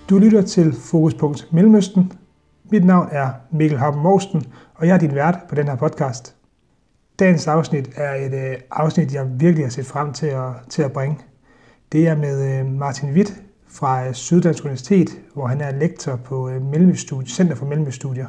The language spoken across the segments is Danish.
Du lytter til Fokuspunkt Mellemøsten. Mit navn er Mikkel Haupen Mousten, og jeg er din vært på den her podcast. Dagens afsnit er et afsnit, jeg virkelig har set frem til at bringe. Det er med Martin Hvidt fra Syddansk Universitet, hvor han er lektor på Center for Mellemøststudier.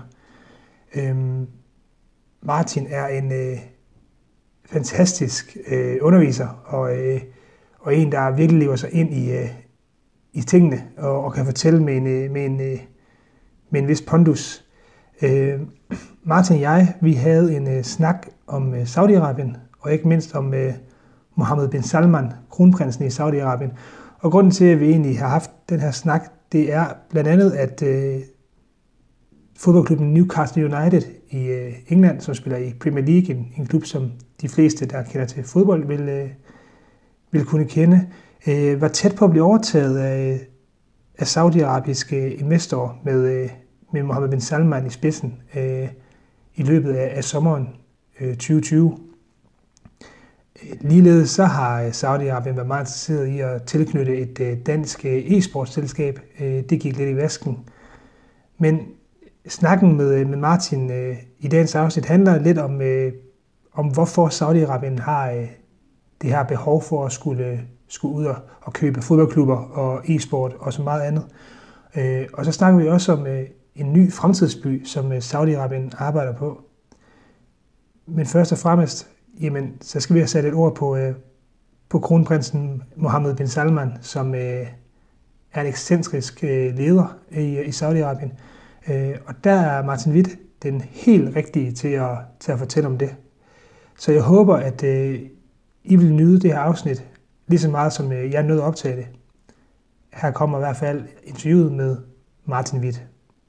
Martin er en fantastisk underviser og en, der virkelig lever sig ind i tingene og kan fortælle med en vis pondus. Martin og jeg, vi havde en snak om Saudi-Arabien, og ikke mindst om Mohammed bin Salman, kronprinsen i Saudi-Arabien. Og grunden til, at vi egentlig har haft den her snak, det er blandt andet, at fodboldklubben Newcastle United i England, som spiller i Premier League, en klub, som de fleste, der kender til fodbold, vil kunne kende, var tæt på at blive overtaget af saudiarabiske investorer med Mohammed bin Salman i spidsen i løbet af sommeren 2020. Ligeledes så har Saudi-Arabien været meget interesseret i at tilknytte et dansk e-sportsselskab. Det gik lidt i vasken. Men snakken med Martin i dagens afsnit handler lidt om hvorfor Saudi-Arabien har det her behov for at skulle ud og købe fodboldklubber og e-sport og så meget andet. Og så snakker vi også om en ny fremtidsby, som Saudi-Arabien arbejder på. Men først og fremmest, jamen, så skal vi have sat et ord på kronprinsen Mohammed bin Salman, som er en ekscentrisk leder i Saudi-Arabien. Og der er Martin Hvidt den helt rigtige til at fortælle om det. Så jeg håber, at I vil nyde det her afsnit lige så meget, som jeg nåede at optage det. Her kommer i hvert fald interviewet med Martin Hvidt.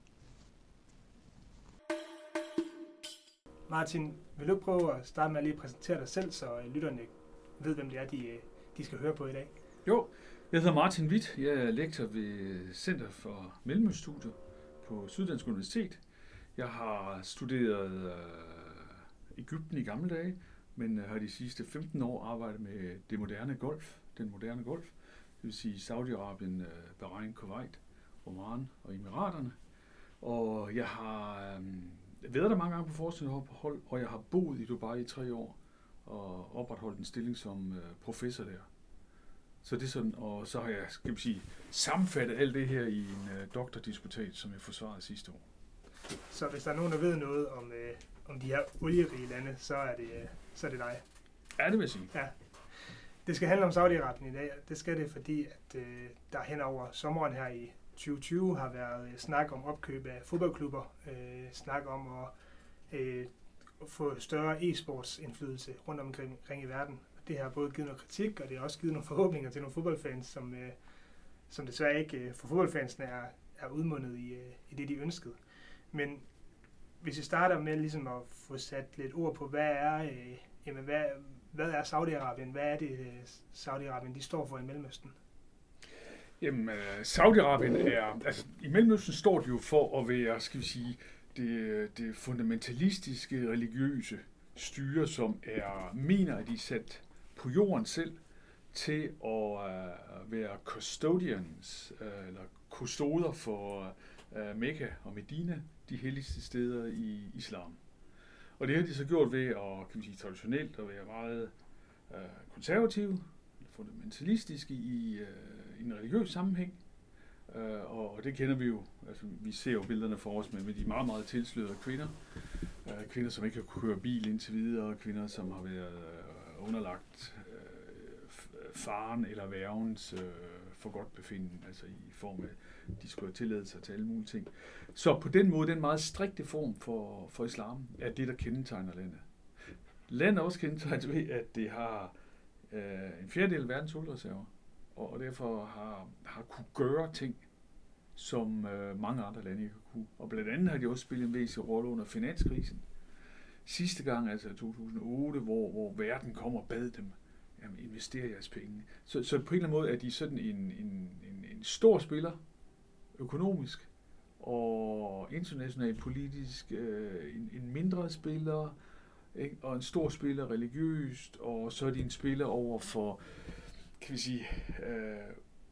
Martin, vil du prøve at starte med at lige præsentere dig selv, så lytterne ved, hvem det er, de skal høre på i dag? Jo, jeg hedder Martin Hvidt. Jeg er lektor ved Center for Mellemøststudier på Syddansk Universitet. Jeg har studeret Egypten i gamle dage, men har de sidste 15 år arbejdet med den moderne golf. Det vil sige Saudi-Arabien, Bahrain, Kuwait, Oman og Emiraterne. Og jeg har været der mange gange på forskningsophold, og jeg har boet i Dubai i 3 år og opretholdt en stilling som professor der. Så det er sådan, og så har jeg, sammenfattet alt det her i en doktordisputat, som jeg forsvarede sidste år. Så hvis der er nogen, der ved noget om de her olierige lande, så er det dig. Ja, det vil jeg sige. Ja. Det skal handle om Saudi-Arabien i dag. Det skal det, fordi at der hen over sommeren her i 2020 har været snak om opkøb af fodboldklubber, snak om at få større e-sports indflydelse rundt omkring i verden. Det har både givet noget kritik, og det har også givet nogle forhåbninger til nogle fodboldfans, som desværre ikke for fodboldfansene er udmundet i det, de ønskede. Men hvis vi starter med ligesom at få sat lidt ord på, hvad er Saudi-Arabien? Hvad er det, Saudi-Arabien de står for i Mellemøsten? Jamen, Saudi-Arabien i Mellemøsten står det jo for at være, det fundamentalistiske, religiøse styre, som mener, at de er sat på jorden selv til at være custodians, eller kustoder for Mekka og Medina, de helligste steder i islam. Og det har de så gjort ved at, traditionelt at være meget konservative, fundamentalistiske i en religiøs sammenhæng. Og det kender vi jo. Altså, vi ser jo billederne for os med de meget, meget tilslørede kvinder. Kvinder, som ikke har kunne køre bil indtil videre, kvinder, som har været underlagt faren eller værgens forgodtbefinden, altså i form af, de skulle have tilladelse til alle mulige ting. Så på den måde, den meget strikte form for islam, er det, der kendetegner landet. Landet er også kendetegnet ved, at det har en fjerdedel af verdens oliereserver, og derfor har kunne gøre ting, som mange andre lande ikke kunne. Og blandt andet har de også spillet en væsentlig rolle under finanskrisen. Sidste gang, altså i 2008, hvor verden kom og bad dem, jamen, investere jeres penge. Så på en eller anden måde er de sådan en stor spiller, økonomisk og internationalt politisk, en mindre spiller, ikke? Og en stor spiller religiøst, og så er de en spiller over for, kan vi sige,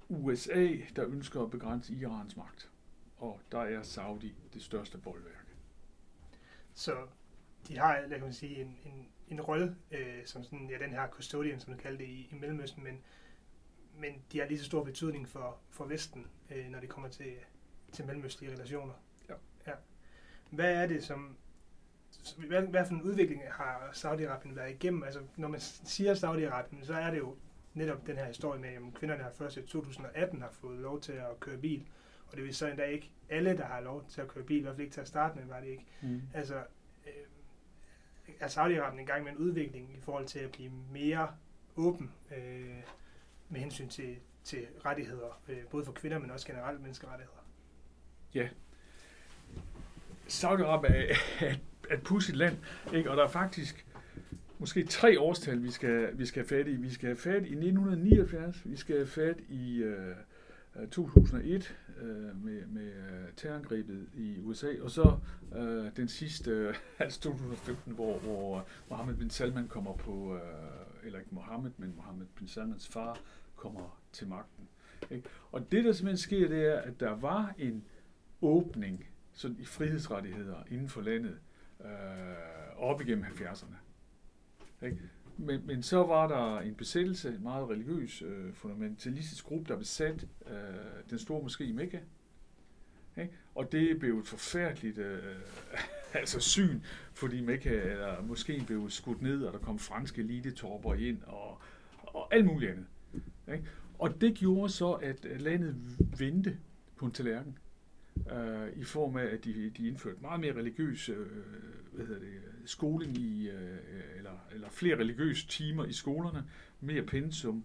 USA, der ønsker at begrænse Irans magt. Og der er Saudi det største bolværk. Så de har, lad mig sige, en rolle som sådan, ja, den her custodian, som du kalder det i Mellemøsten, men de har lige så stor betydning for Vesten, når det kommer til mellemøstlige relationer. Ja. Hvad er det, hvad for en udvikling har Saudi-Arabien været igennem? Altså, når man siger Saudi-Arabien, så er det jo netop den her historie med, at kvinderne har først i 2018 har fået lov til at køre bil, og det vil så endda ikke alle, der har lov til at køre bil, i hvert fald ikke til at starte med, var det ikke. Altså, er Saudi-Arabien i gang med en udvikling i forhold til at blive mere åben med hensyn til rettigheder, både for kvinder, men også generelt menneskerettigheder? Ja. Saudi-Arabien er et pudsigt land, ikke? Og der er faktisk måske 3 årstal, vi skal have fat i. Vi skal have fat i 1979, vi skal have fat i 2001 med terrorangrebet i USA, og så den sidste, altså 2015, hvor Mohammed bin Salman kommer på, eller ikke Mohammed, men Mohammed bin Salmans far kommer til magten. Ikke? Og det, der simpelthen sker, det er, at der var en åbning sådan i frihedsrettigheder inden for landet op igennem 70'erne. Ikke? Men så var der en besættelse, en meget religiøs, fundamentalistisk gruppe, der besat den store moské i Mekka. Ikke? Og det blev et forfærdeligt altså syn, fordi Mekka eller moskeen blev skudt ned, og der kom franske elitetropper ind, og alt muligt andet. Ikke? Og det gjorde så, at landet vendte på en tallerken. I form af, at de indførte meget mere religiøs skoling i, eller flere religiøse timer i skolerne, mere pensum.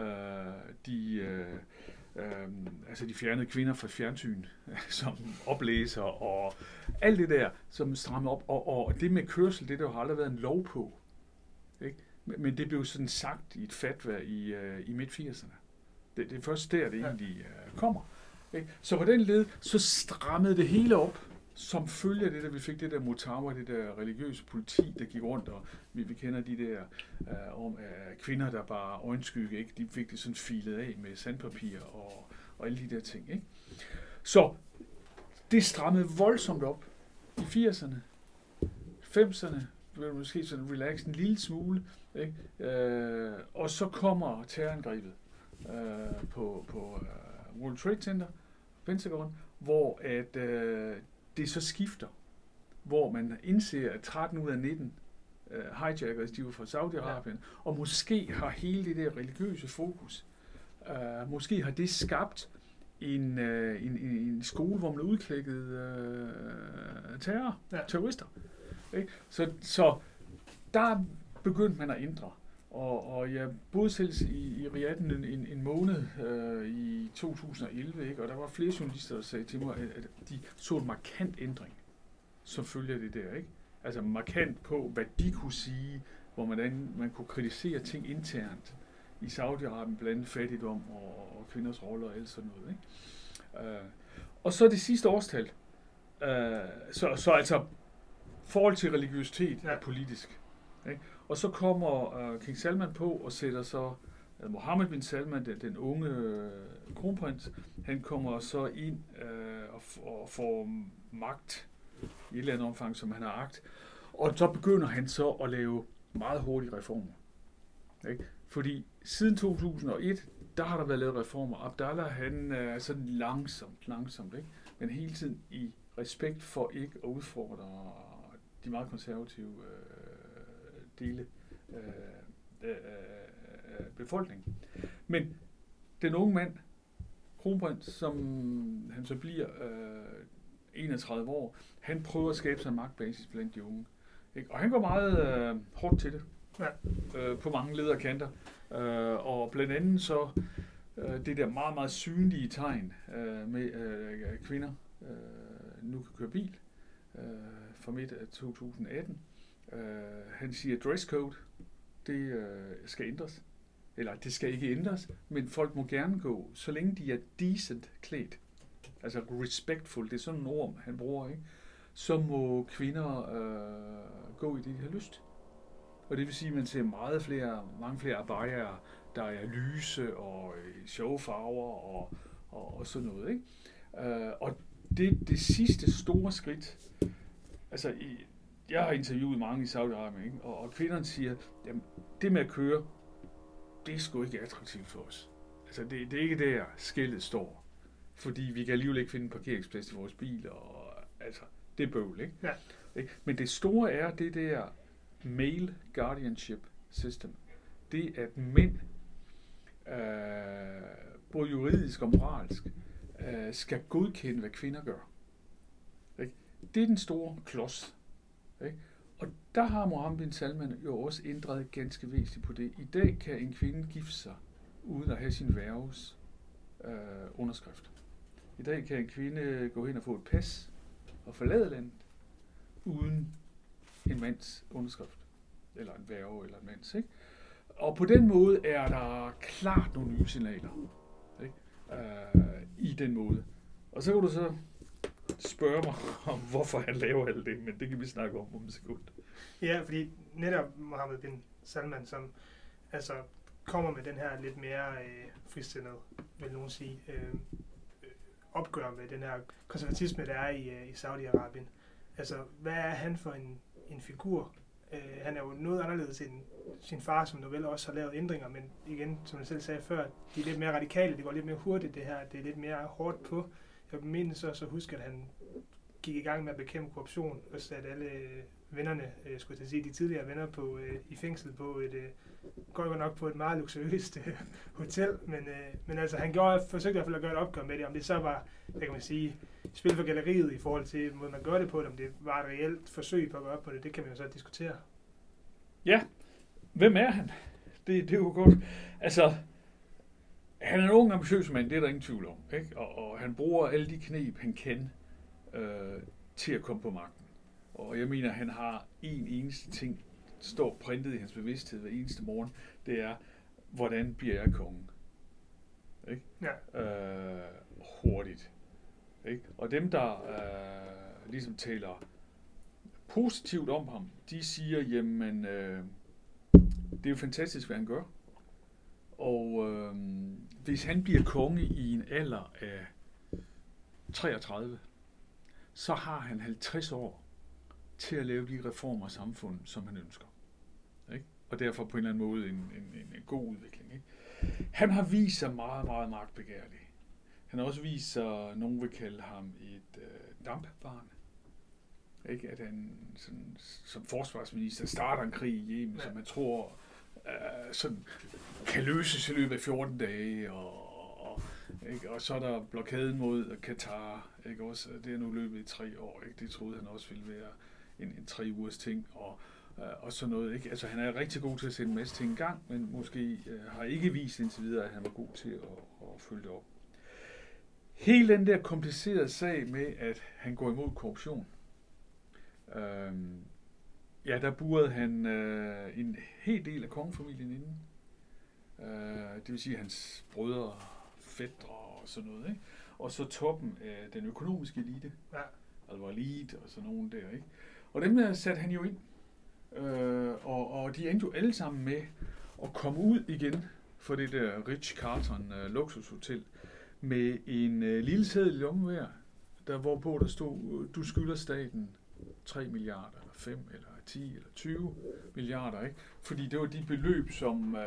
De fjernede kvinder fra fjernsyn som oplæser, og alt det der, som strammede op. Og det med kørsel, det der har aldrig været en lov på. Ikke? Men det blev sådan sagt i et fatwa i midt-80'erne. Det er først der, det egentlig kommer. Ikke? Så på den led, så strammede det hele op, som følger det der, vi fik det der Mutawa, det der religiøse politi, der gik rundt, og vi kender de der om kvinder, der bare øjenskygge, ikke? De fik det sådan filet af med sandpapir og alle de der ting. Ikke? Så det strammede voldsomt op i 80'erne, 90'erne, blev det måske sådan relaxed en lille smule, ikke? Og så kommer terrorangrebet på World Trade Center, Pentagon, hvor at det så skifter, hvor man indser, at 13 ud af 19 hijackers, de var fra Saudi-Arabien, og måske har hele det der religiøse fokus, måske har det skabt en skole, hvor man udklækkede terrorister. Ikke? Så der begyndte man at ændre. Og jeg boede selv i Riyadh en måned i 2011, ikke? Og der var flere journalister, der sagde til mig, at de så en markant ændring, som følger det der. Ikke? Altså markant på, hvad de kunne sige, hvor man kunne kritisere ting internt i Saudi-Arabien, blandt andet fattigdom og kvinders roller og alt sådan noget. Ikke? Og så det sidste årstal. Så altså forhold til religiøsitet er politisk. Ikke? Og så kommer King Salman på og sætter så Mohammed bin Salman, den unge kronprins, han kommer så ind og får magt i et eller andet omfang, som han har agt. Og så begynder han så at lave meget hurtige reformer. Ikke? Fordi siden 2001, der har der været lavet reformer. Abdallah, han er sådan langsomt, ikke? Men hele tiden i respekt for ikke at udfordre de meget konservative dele af befolkningen. Men den unge mand, kronprins, som han så bliver 31 år, han prøver at skabe sig en magtbasis blandt de unge. Ikke? Og han går meget hårdt til det, på mange lederkanter. Og blandt andet så det der meget, meget synlige tegn med kvinder nu kan køre bil fra midt af 2018. Han siger, dresscode, det skal ændres. Eller det skal ikke ændres, men folk må gerne gå, så længe de er decent klædt. Altså respectful, det er sådan en ord, han bruger, ikke? Så må kvinder gå i det, de har lyst. Og det vil sige, at man ser mange flere abayaer, der er lyse og showfarver og sådan noget, ikke? Og det sidste store skridt, altså jeg har interviewet mange i Saudi-Arabien, ikke? Og kvinderne siger, jamen det med at køre, det er sgu ikke attraktivt for os. Altså det er ikke der skellet står, fordi vi kan alligevel ikke finde en parkeringsplads til vores bil, og altså det er bøvl, ikke? Ja. Men det store er det der male guardianship system. Det at mænd, både juridisk og moralsk, skal godkende, hvad kvinder gør. Ikke? Det er den store klods. Ikke? Og der har Mohammed bin Salman jo også ændret ganske væsentligt på det. I dag kan en kvinde gifte sig uden at have sin værges underskrift. I dag kan en kvinde gå hen og få et pas og forlade landet uden en mands underskrift. Eller en værge eller en mands. Ikke? Og på den måde er der klart nogle nye signaler. Ikke? I den måde. Og så kan du så spørge mig om, hvorfor han laver alt det, men det kan vi snakke om en sekund. Ja, fordi netop Mohammed bin Salman, som altså kommer med den her lidt mere frisindet, vil nogen sige, opgør med den her konservatisme, der er i Saudi-Arabien. Altså, hvad er han for en figur? Han er jo noget anderledes end sin far, som novelle også har lavet ændringer, men igen, som jeg selv sagde før, de er lidt mere radikale, det går lidt mere hurtigt det her, det er lidt mere hårdt på. Jeg mener så huske, at han gik i gang med at bekæmpe korruption, og satte alle vennerne, skulle jeg sige, de tidligere venner på, i fængsel på godt nok på et meget luksuriøst hotel, men altså han forsøgte i hvert fald at gøre et opgør med det, om det så var, hvad kan man sige, spil for galleriet i forhold til, måde man gør det på det, om det var et reelt forsøg på at gøre op på det, det kan man jo så diskutere. Ja, hvem er han? Det er jo godt. Altså, han er en ung, ambitiøs mand, det er der ingen tvivl om, ikke? Og han bruger alle de kneb, han kan, til at komme på magten. Og jeg mener, han har en eneste ting, står printet i hans bevidsthed hver eneste morgen, det er, hvordan bliver jeg kongen? Ikke? Ja. Hurtigt. Ikke? Og dem, der ligesom taler positivt om ham, de siger, jamen, det er jo fantastisk, hvad han gør. Og hvis han bliver konge i en alder af 33, så har han 50 år til at lave de reformer af samfundet, som han ønsker. Ikke? Og derfor på en eller anden måde en god udvikling. Ikke? Han har vist sig meget, meget magtbegærlig. Han har også vist sig, nogen vil kalde ham et dampbarn. Ikke? At han sådan, som forsvarsminister starter en krig i Yemen, som man tror sådan, kan løses i løbet af 14 dage, ikke? Og så er der blokaden mod Katar, ikke? Også, det er nu løbet i 3 år, ikke? Det troede han også ville være en 3 ugers ting, og sådan noget, ikke? Altså han er rigtig god til at sætte en masse ting i gang, men måske har ikke vist indtil videre, at han var god til at følge det op. Hele den der komplicerede sag med, at han går imod korruption, ja, der burede han en hel del af kongefamilien inden. Det vil sige hans brødre, fætre og sådan noget, ikke? Og så toppen af den økonomiske elite. Ja. Al-Walid og sådan nogen der, ikke? Og dem der satte han jo ind. Og de endte jo alle sammen med at komme ud igen for det der Ritz-Carlton luksushotel med en lille seddel i lommen hver, hvorpå der stod, du skylder staten 3 milliarder, eller 5, eller 10, eller 20 milliarder, ikke? Fordi det var de beløb, som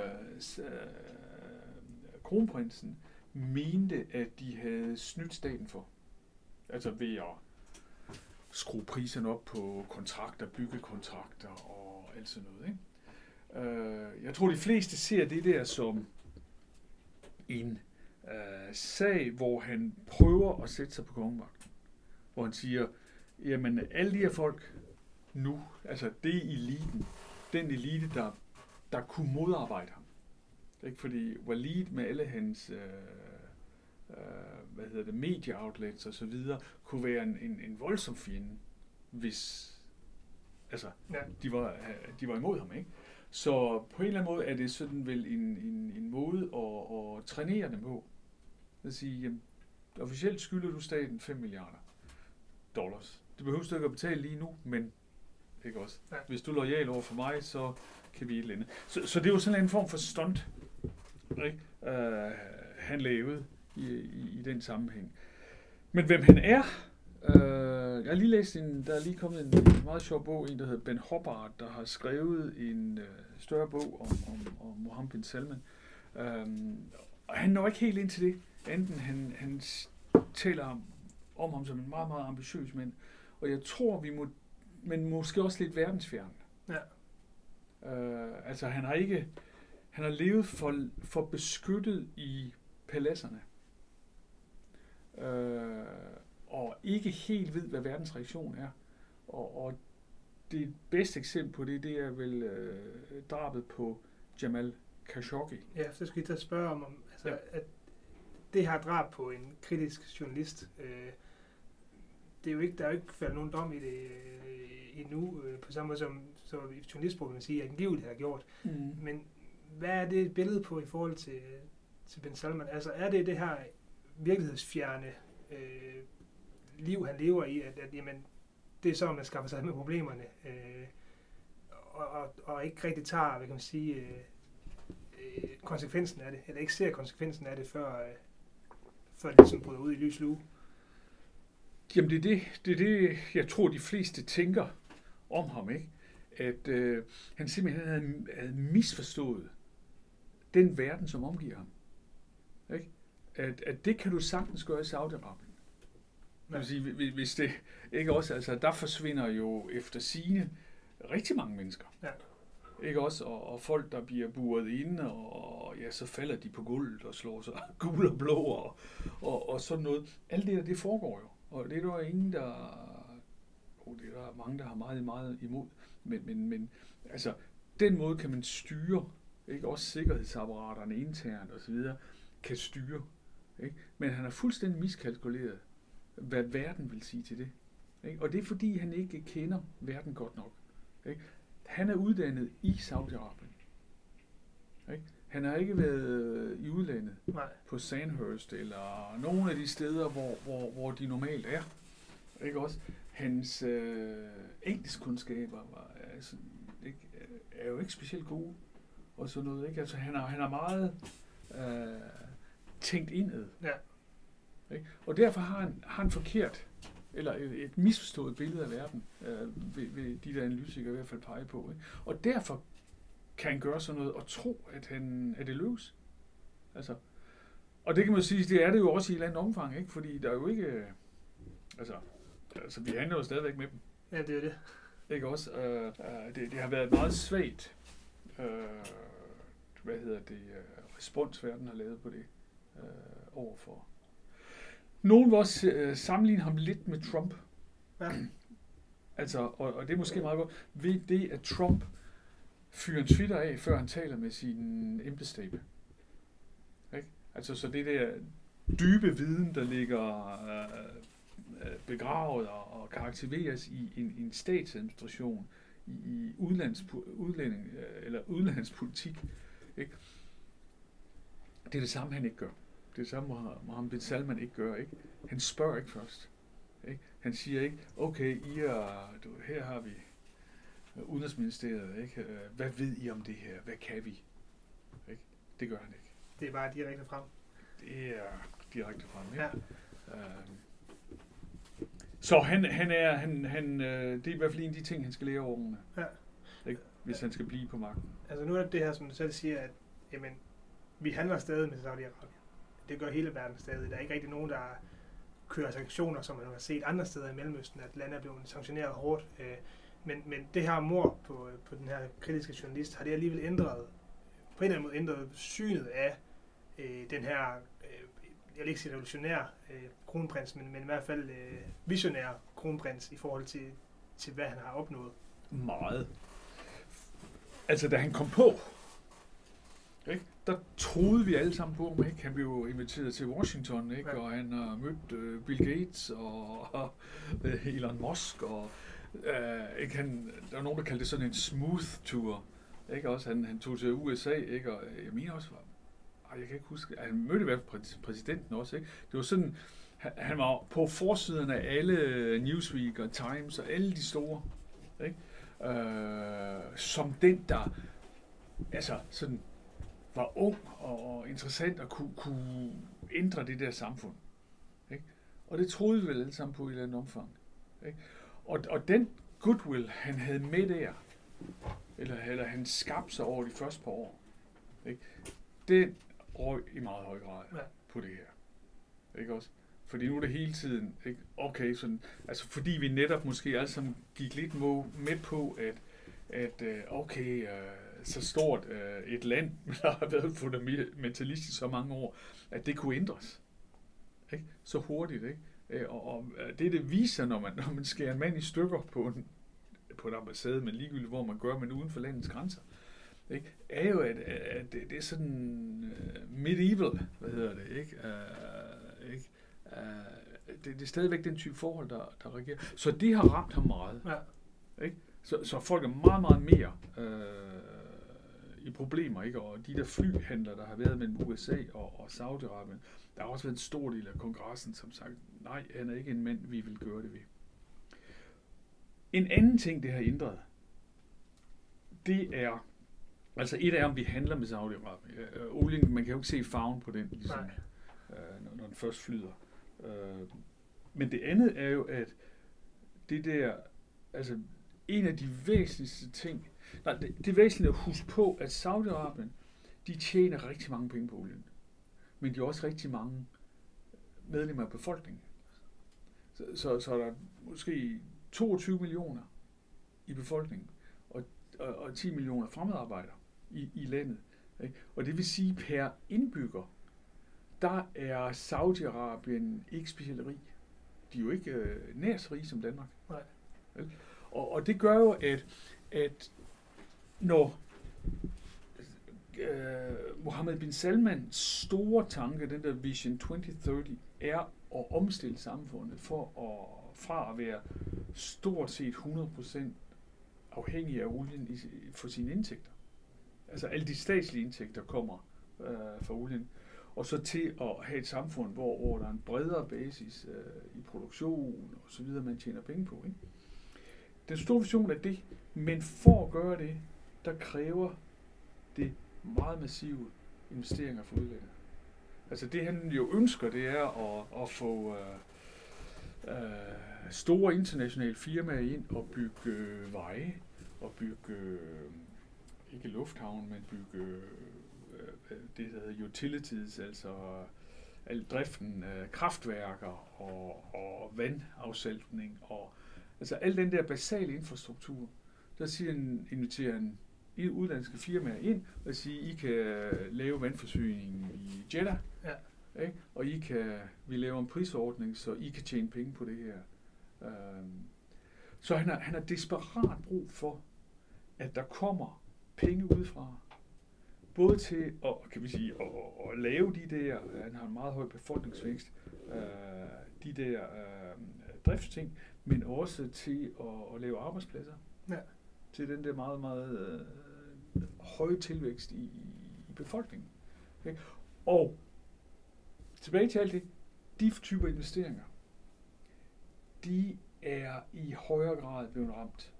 kronprinsen mente, at de havde snydt staten for. Altså ved at skrue priserne op på kontrakter, byggekontrakter og alt sådan noget, ikke? Jeg tror, de fleste ser det der som en sag, hvor han prøver at sætte sig på kongemagten. Hvor han siger, jamen alle de her folk nu, altså det er eliten, den elite, der kunne modarbejde ham. Ikke? Fordi Walid med alle hans medieoutlets og så videre, kunne være en voldsom fjende, hvis altså, ja. de var imod ham, ikke? Så på en eller anden måde er det sådan vel en måde at trænere dem på. At sige, jamen, officielt skylder du staten 5 milliarder dollars. Det behøver du ikke at betale lige nu, men ikke også. Ja. Hvis du er loyal over for mig, så kan vi et eller andet. Så det er jo sådan en form for stunt. ikke? Han lavede i den sammenhæng. Men hvem han er, jeg har lige læst der er lige kommet en meget sjov bog, en der hedder Ben Hubbard, der har skrevet en større bog om Mohammed bin Salman. Og han når ikke helt ind til det, enten han taler om ham som en meget, meget ambitiøs mand, og jeg tror, men måske også lidt verdensfjern. Ja. Altså han har levet for beskyttet i paladserne, og ikke helt ved, hvad verdens reaktion er. Og det bedste eksempel på det er vel drabet på Jamal Khashoggi. Ja, så skal jeg tage spørge om altså, at det her drab på en kritisk journalist, det er jo ikke, der er jo ikke faldet nogen dom i det endnu, på samme måde som journalistbrug, man siger, at angiveligt har gjort. Men hvad er det billede på i forhold til bin Salman? Altså er det her virkelighedsfjerne liv, han lever i, at jamen, det er så, man skaffer sig med problemerne, og ikke rigtig tager, hvad kan man sige, konsekvensen af det, eller ikke ser konsekvensen af det, før det ligesom bryder ud i lys lue. Jamen det er det, jeg tror, de fleste tænker om ham, ikke? At han simpelthen havde misforstået den verden, som omgiver ham. Ikke? At det kan du sagtens gøre i Saudi-Arabien. Det vil sige, hvis det ikke også, altså der forsvinder jo efter sigende rigtig mange mennesker. Ja. Ikke også? Og folk, der bliver buret inde, og ja, så falder de på gulvet og slår sig gul og blå og sådan noget. Alt det der, det foregår jo. Og det er der ingen, det er der mange, der har meget, meget imod. Men altså, den måde kan man styre, ikke? Også sikkerhedsapparaterne internt og så videre, kan styre. Ikke? Men han har fuldstændig miskalkuleret, hvad verden vil sige til det. Ikke? Og det er fordi, han ikke kender verden godt nok. Ikke? Han er uddannet i Saudi-Arabien. Ikke? Han har ikke været i udlandet. Nej. På Sandhurst eller nogle af de steder, hvor de normalt er. Ikke også? Hans engelskkundskaber er jo ikke specielt gode og sådan noget. Ikke? Altså, han har meget tænkt indad. Ja. Ikke? Og derfor har han forkert, eller et misforstået billede af verden, vil de der analytikere i hvert fald pege på. Ikke? Og derfor kan han gøre sådan noget og tro, at det lykkes. Altså, og det kan man sige, det er det jo også i et eller andet omfang, ikke? Fordi der er jo ikke, altså vi handler jo stadigvæk med dem. Ja, det er det. Ikke også? Det har været meget svagt, respons verden har lavet på det overfor. Nogen vil også sammenligne ham lidt med Trump. Ja. Altså, og det er måske meget godt, ved det, at Trump fyrer en Twitter af, før han taler med sin embedsstabe. Ikke? Altså, så det der dybe viden, der ligger begravet og kan aktiveres i en statsadministration, i udlandspolitik, ikke? Det er det samme, han ikke gør. Det er det samme, Mohammed bin Salman ikke gør. Ikke? Han spørger ikke først. Ikke? Han siger ikke, okay, her har vi Udenrigsministeriet, ikke? Hvad ved I om det her? Hvad kan vi? Ikke? Det gør han ikke. Det er bare direkte frem. Det er direkte frem, ja. Så han det er i hvert fald en af de ting, han skal lære over med. Ja. Ikke? Hvis han skal blive på magten. Altså nu er det her, som du selv siger, at jamen, vi handler stadig med Saudi-Arabien. Det gør hele verden stadig. Der er ikke rigtig nogen, der kører sanktioner, som man har set andre steder i Mellemøsten, at lande er blevet sanktioneret hårdt. Men det her mord på den her kritiske journalist, har det alligevel ændret, på en eller anden måde ændret synet af den her, jeg vil ikke sige revolutionær kronprins, men i hvert fald visionær kronprins i forhold til hvad han har opnået. Meget. Altså da han kom på, ikke? Der troede vi alle sammen på ham, ikke? Han blev inviteret til Washington, ikke? Ja. Og han har mødt Bill Gates og Elon Musk, og ikke? Der var nogen, der kaldte det sådan en smooth tour, ikke? Også han tog til USA, ikke? Og jeg mener også, jeg kan ikke huske, han mødte i hvert fald præsidenten også, ikke? Det var sådan, han var på forsiden af alle Newsweek og Times og alle de store, ikke? Som den, der altså sådan var ung og interessant og kunne ændre det der samfund. Ikke? Og det troede vi vel alle sammen på i et eller andet omfang. Ikke? Og den goodwill, han havde med der, eller han skabte sig over de første par år, ikke? Det røg i meget høj grad på det her. Ikke også? Fordi nu er det hele tiden, ikke? Okay, sådan, altså fordi vi netop måske alle sammen gik lidt med på, at så stort et land, der har været fundamentalistisk så mange år, at det kunne ændres. Ikke? Så hurtigt, ikke? Og det viser, når man skærer en mand i stykker på en ambassade, men ligegyldigt hvor man gør, men uden for landets grænser, ikke? Er jo, at det er sådan medieval, hvad hedder det, ikke? Ikke? Det er stadigvæk den type forhold, der reagerer. Så det har ramt ham meget. Ja. Ikke? Så folk er meget, meget mere i problemer, ikke? Og de der flyhandler, der har været mellem USA og Saudi-Arabien, der har også været en stor del af kongressen, som sagt, nej, han er ikke en mand, vi vil gøre det ved. En anden ting, det har ændret, det er, altså et er, om vi handler med Saudi-Arabien. Olien, man kan jo ikke se farven på den, ligesom, når den først flyder. Men det andet er jo, at det der, altså en af de væsentligste ting, det er væsentligt at huske på, at Saudi-Arabien, de tjener rigtig mange penge på olien. Men de har også rigtig mange medlemmer af befolkningen. Så er der måske 22 millioner i befolkningen, og 10 millioner fremmedarbejdere i landet. Ikke? Og det vil sige, per indbygger, der er Saudi-Arabien ikke specielt rig. De er jo ikke nær så rige som Danmark. Nej. Og det gør jo, at når Mohammed bin Salmans store tanke, den der Vision 2030, er at omstille samfundet fra at være stort set 100% afhængig af olien for sine indtægter. Altså alle de statslige indtægter kommer fra olien. Og så til at have et samfund, hvor der er en bredere basis i produktion og så videre, man tjener penge på. Ikke? Den store vision er det, men for at gøre det, der kræver det meget massive investeringer fra udlandet. Altså det han jo ønsker, det er at få store internationale firmaer ind og bygge veje, og bygge, ikke lufthavn, men bygge det der hedder utilities, altså al driften af kraftværker og vandafsaltning, og altså al den der basale infrastruktur. Der inviterer han udlandske firmaer ind og siger, I kan lave vandforsyningen i Jeddah, ikke? Og vi laver en prisordning, så I kan tjene penge på det her. Så han har desperat brug for, at der kommer penge udefra, både til at lave de der, han har en meget høj befolkningsvækst, de der driftsting, men også til at lave arbejdspladser. Ja. Til den der meget, meget høje tilvækst i befolkningen. Okay? Og tilbage til alt det, de typer investeringer, de er i højere grad blevet ramt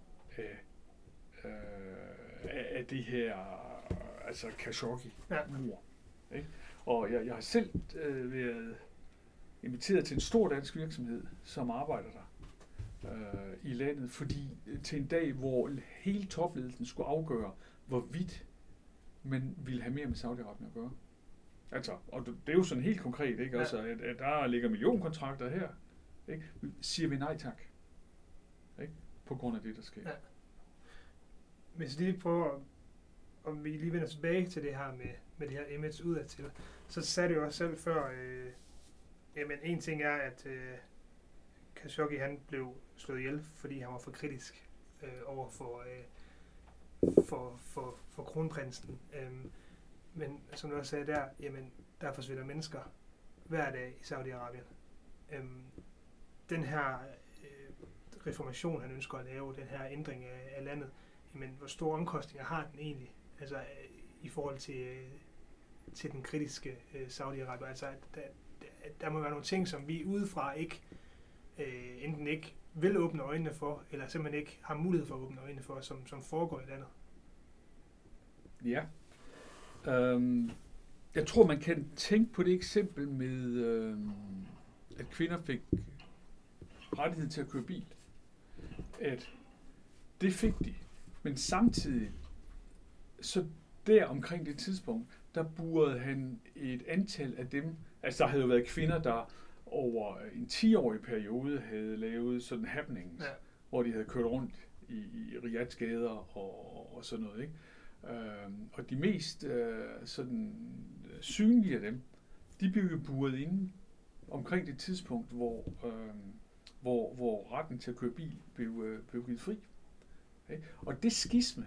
af det her, altså Khashoggi-mord. Ja. Og jeg har selv været inviteret til en stor dansk virksomhed, som arbejder der i landet, fordi til en dag, hvor hele topledelsen skulle afgøre, hvorvidt man ville have mere med Saudi-Arabien at gøre. Altså, og det er jo sådan helt konkret, ikke? Ja. Altså, at der ligger millionkontrakter her, ikke? Siger vi nej tak, ikke? På grund af det, der sker. Ja. Hvis vi lige prøver, om vi lige vender tilbage til det her med det her image udadtil, så sagde det jo også selv før, jamen en ting er, at Khashoggi han blev slået ihjel, fordi han var for kritisk over for kronprinsen. Men som du også sagde der, jamen der forsvinder mennesker hver dag i Saudi-Arabien. Den her reformation, han ønsker at lave, den her ændring af landet, jamen hvor store omkostninger har den egentlig? Altså i forhold til den kritiske Saudi-Arabien. Altså der må være nogle ting, som vi udefra ikke enten ikke vil åbne øjnene for, eller simpelthen ikke har mulighed for at åbne øjnene for, som foregår i landet. Ja. Jeg tror, man kan tænke på det eksempel med, at kvinder fik rettighed til at køre bil. At det fik de. Men samtidig, så der omkring det tidspunkt, der burede han et antal af dem. Altså, der havde jo været kvinder, der over en 10-årig periode havde lavet sådan happenings, hvor de havde kørt rundt i Riyads gader og sådan noget, ikke? Og de mest sådan synlige af dem, de blev jo buret inde omkring det tidspunkt, hvor retten til at køre bil blev givet fri. Okay? Og det skisme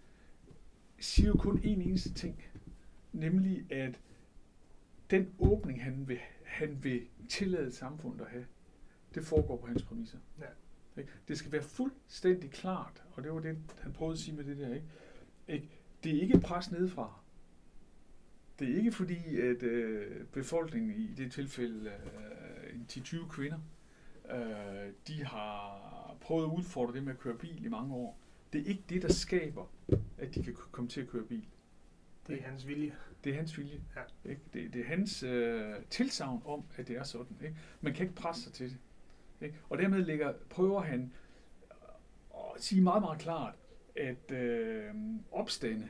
siger jo kun en eneste ting, nemlig at den åbning, han vil tillade samfundet at have, det foregår på hans præmisser. Ja. Okay? Det skal være fuldstændig klart, og det var det, han prøvede at sige med det der, ikke? Det er ikke pres nedefra. Det er ikke fordi, at befolkningen i det tilfælde, 10-20 kvinder, de har prøvet at udfordre det med at køre bil i mange år. Det er ikke det, der skaber, at de kan komme til at køre bil. Det er hans vilje. Det er hans vilje. Ja. Ikke? Det er hans tilsagn om, at det er sådan. Ikke? Man kan ikke presse sig til det. Ikke? Og dermed prøver han at sige meget, meget klart, at opstande,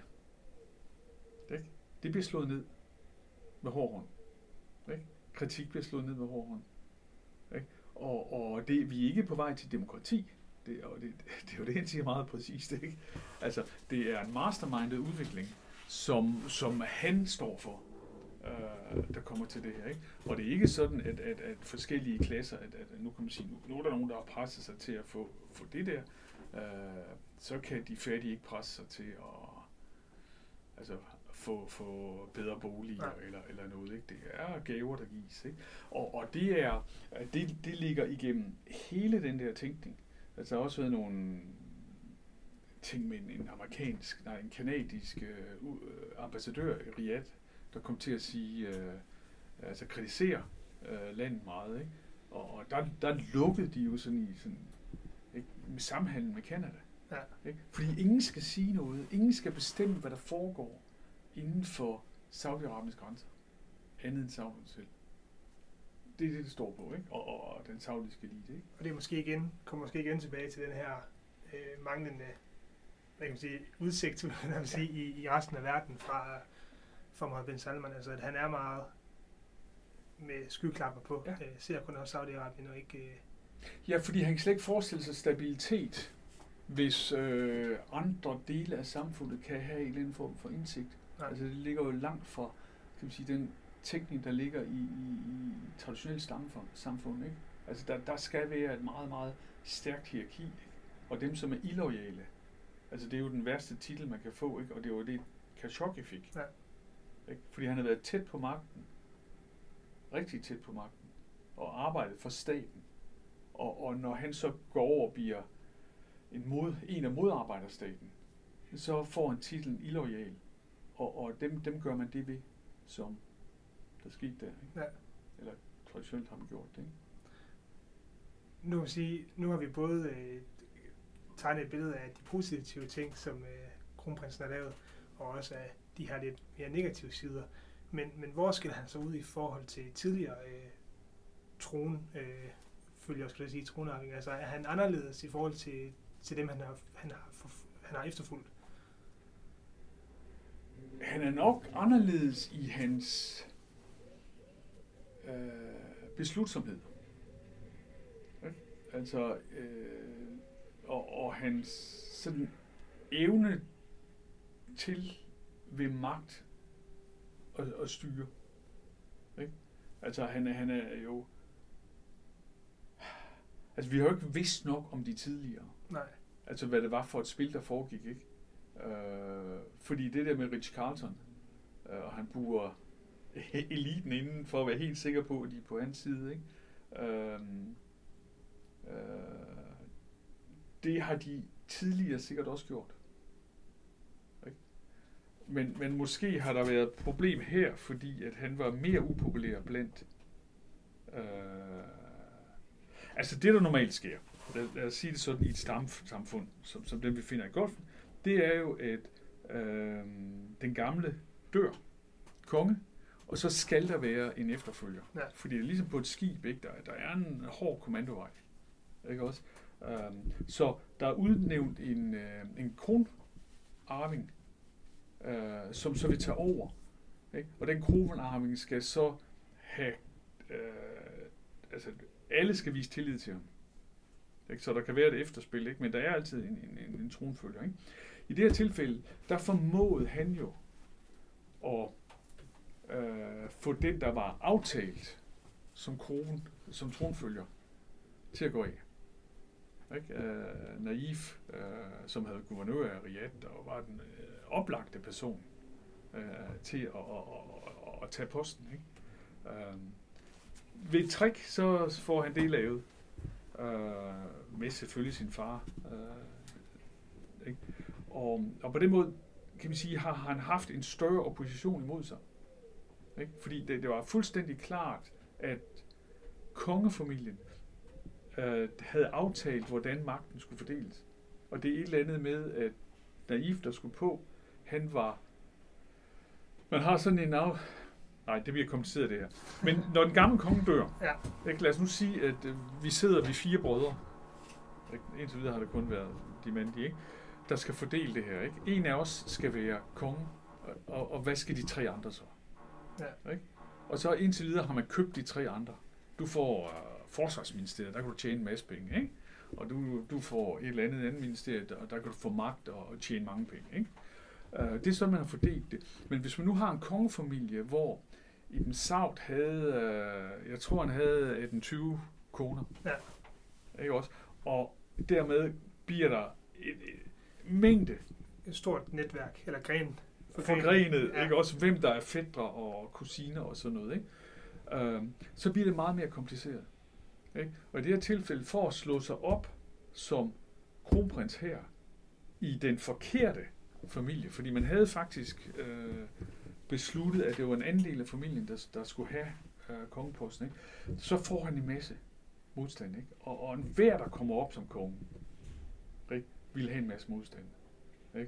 ikke? Det bliver slået ned med hård hånd. Ikke? Kritik bliver slået ned med hård hånd. Ikke? Og det, vi er ikke på vej til demokrati. Det er jo det, han siger meget præcist. Ikke? Altså, det er en mastermindet udvikling, som han står for, der kommer til det her. Ikke? Og det er ikke sådan, at forskellige klasser, at nu kan man sige, nu er der nogen, der har presset sig til at få det der, så kan de fattige ikke presse sig til at få bedre boliger eller noget. Ikke? Det er gaver, der gives. Ikke? Og det ligger igennem hele den der tænkning. Altså, der har også været nogle ting med en kanadisk ambassadør i Riyadh, der kom til at sige, kritisere landet meget. Ikke? Og der lukkede de jo sådan ikke, med samhandel med Canada. Ja. Ikke? Fordi ingen skal sige noget, ingen skal bestemme, hvad der foregår inden for Saudi-Arabiens grænser, andet end Saudi selv. Det er det står på, ikke? Og den saudiske elite, ikke? Og det er kommer måske igen tilbage til den her manglende, hvad kan man sige, udsigt i resten af verden fra Mohammed bin Salman, altså at han er meget med skyklapper på, ser kun også Saudi-Arabien og ikke... Ja, fordi han kan slet ikke forestille sig stabilitet, hvis andre dele af samfundet kan have en eller anden form for indsigt. Nej. Altså det ligger jo langt fra, kan man sige, den teknik, der ligger i traditionelt samfund, ikke? Altså der skal være et meget, meget stærkt hierarki, ikke? Og dem, som er illoyale, altså det er jo den værste titel, man kan få, ikke? Og det var det, Khashoggi fik. Ja. Ikke? Fordi han har været tæt på magten, rigtig tæt på magten, og arbejdet for staten. Og når han så går over og bliver en af modarbejderstaten, så får han titlen illoyal. Og dem gør man det ved, som der skete der. Ikke? Ja. Eller traditionelt har man gjort det. Ikke? Nu kan sige, nu har vi både tegnet et billede af de positive ting, som kronprinsen har lavet, og også af de her lidt mere negative sider. Men hvor skal han så ud i forhold til tidligere tronarving? Altså er han anderledes i forhold til dem, han har efterfulgt? Han er nok anderledes i hans beslutsomhed. Altså, og hans sådan evne til ved magt at styre. Ikke? Altså, han er jo... Altså, vi har jo ikke vidst nok om de tidligere. Nej. Altså, hvad det var for et spil, der foregik, ikke? Fordi det der med Rich Carlton, og han burer eliten inden for at være helt sikker på, at de er på hans side, ikke? Det har de tidligere sikkert også gjort. Ikke? Men måske har der været et problem her, fordi at han var mere upopulær blandt. Altså det, der normalt sker, lad os sige det sådan i et stamsamfund, som dem vi finder i Golfen, det er jo, at den gamle dør, konge, og så skal der være en efterfølger. Ja. Fordi det er ligesom på et skib, ikke? Der er en hård kommandovej. Ikke også? Så der er udnævnt en kronarving, som så vil tage over. Ikke? Og den kronarving skal så have... altså, alle skal vise tillid til ham. Ikke? Så der kan være et efterspil, ikke? Men der er altid en tronfølger. Ikke? I det her tilfælde, der formåede han jo at få den, der var aftalt som tronfølger, til at gå af. Ikke? Naif, som havde guvernør af Riyadh, og var den oplagte person til at tage posten. Ikke? Ved et trick, så får han det lavet. Med selvfølgelig sin far. Ikke? Og på den måde, kan man sige, har han haft en større opposition imod sig. Ikke? Fordi det var fuldstændig klart, at kongefamilien havde aftalt, hvordan magten skulle fordeles. Og det er et eller andet med, at Naif, der skulle på, han var... Man har sådan en Nej, det bliver kompliceret det her. Men når den gamle konge dør, ikke, lad os nu sige, at vi 4 brødre. Ikke? Indtil videre har det kun været de mandige, ikke? Der skal fordele det her. Ikke? En af os skal være konge, og hvad skal de 3 andre så? Ja. Ikke? Og så indtil videre har man købt de 3 andre. Du får forsvarsministeriet, der kan du tjene en masse penge, ikke? Og du får et eller andet ministerium, og der kan du få magt og tjene mange penge, ikke? Det er sådan, man har fordelt det. Men hvis man nu har en kongefamilie, hvor Ibn Saud havde, jeg tror han havde 18-20 koner, ikke også? Og dermed bliver der et mængde. Et stort netværk, eller gren. Forgrenet, ikke også? Hvem der er fætre og kusiner og sådan noget, ikke? Så bliver det meget mere kompliceret. Ikke? Og i det her tilfælde, for at slå sig op som kronprins her, i den forkerte familie, fordi man havde faktisk besluttet, at det var en anden del af familien, der skulle have kongeposten, ikke? Så får han en masse modstand, ikke? Og enhver, der kommer op som konge, ikke, vil have en masse modstand, ikke?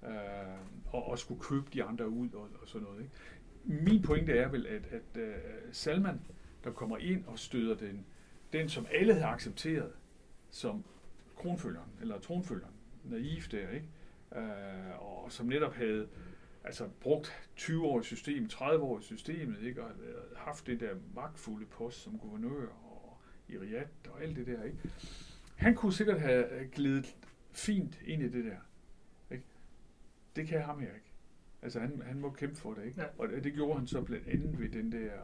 Og skulle købe de andre ud og sådan noget, ikke? Min pointe er vel, at Salman, der kommer ind og støder den som alle havde accepteret som kronfølgeren, eller tronfølgeren, Naif der, ikke? Og som netop havde brugt 20 år i systemet, 30 år i systemet, ikke? Og havde haft det der magtfulde post som guvernør og i Riyadh og alt det der, ikke? Han kunne sikkert have glidet fint ind i det der, ikke? Det kan ham her ikke. Altså han må kæmpe for det, ikke? Ja. Og det gjorde han så blandt andet ved den der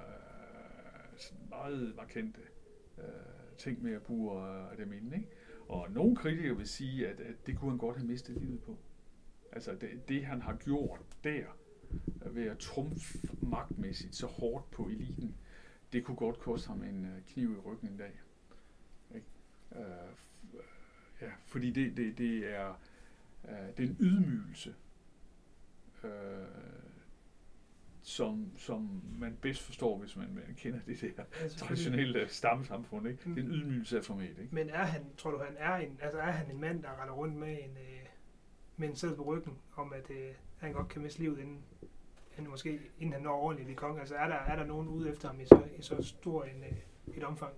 meget markante ting med at bruge dem inde, ikke? Og nogle kritikere vil sige, at det kunne han godt have mistet livet på. Altså det han har gjort der, ved at trumfe magtmæssigt så hårdt på eliten, det kunne godt koste ham en kniv i ryggen en dag. Ikke? Fordi det er en ydmygelse, som man bedst forstår, hvis man kender det der traditionelle stammesamfund, ikke? Det er en ydmygelse af format, ikke? Men tror du, er han en mand, der render rundt med en sæd på ryggen, om at han godt kan miste livet, inden han når ordentligt i konge? Altså er der nogen ude efter ham i så stor et omfang?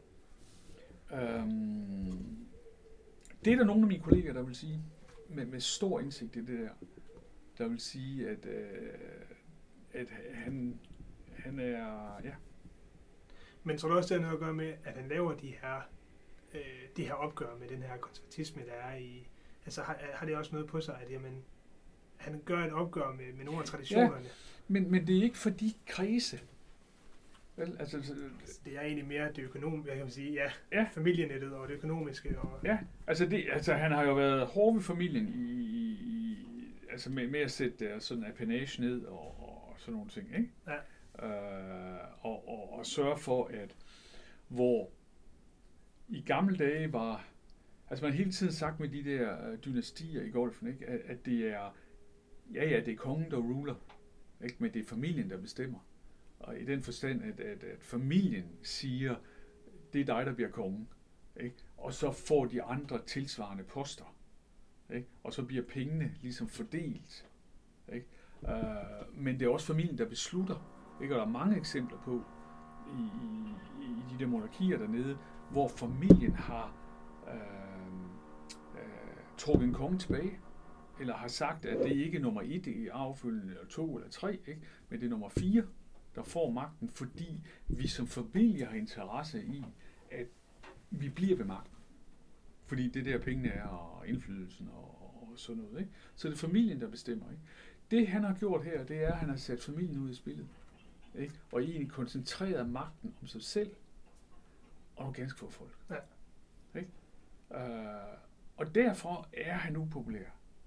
Det er der nogle af mine kolleger, der vil sige, med stor indsigt i det der vil sige, at han er, ja. Men tror du også, det har noget at gøre med, at han laver de her opgør med den her konservatisme, der er i... Altså har det også noget på sig, at han gør et opgør med nogle af traditionerne? Ja, men det er ikke for de kredse. Vel, altså, det er egentlig mere det økonomiske, jeg kan sige, familienettet og det økonomiske. Og... Ja, han har jo været hård ved familien med at sætte der sådan apanage ned og sådan nogle ting, ikke? Ja. Og sørge for, at hvor i gamle dage var, man har hele tiden sagt med de der dynastier i golfen, ikke? At det er, det er kongen, der ruler, ikke? Men det er familien, der bestemmer. Og i den forstand, at familien siger, det er dig, der bliver konge, ikke? Og så får de andre tilsvarende poster, ikke? Og så bliver pengene ligesom fordelt, ikke? Men det er også familien, der beslutter. Ikke? Og der er mange eksempler på i de der monarkier dernede, hvor familien har trukket en konge tilbage, eller har sagt, at det ikke er nummer 1 i arvefølgen, eller 2 eller 3, ikke? Men det er nummer 4, der får magten, fordi vi som familie har interesse i, at vi bliver ved magten. Fordi det der pengene er, og indflydelsen og sådan noget. Ikke? Så det er familien, der bestemmer. Ikke? Det han har gjort her, det er, at han har sat familien ud i spillet. Ikke? Og egentlig koncentreret magten om sig selv, og nogle ganske få folk. Ja. Ikke? Og derfor er han upopulær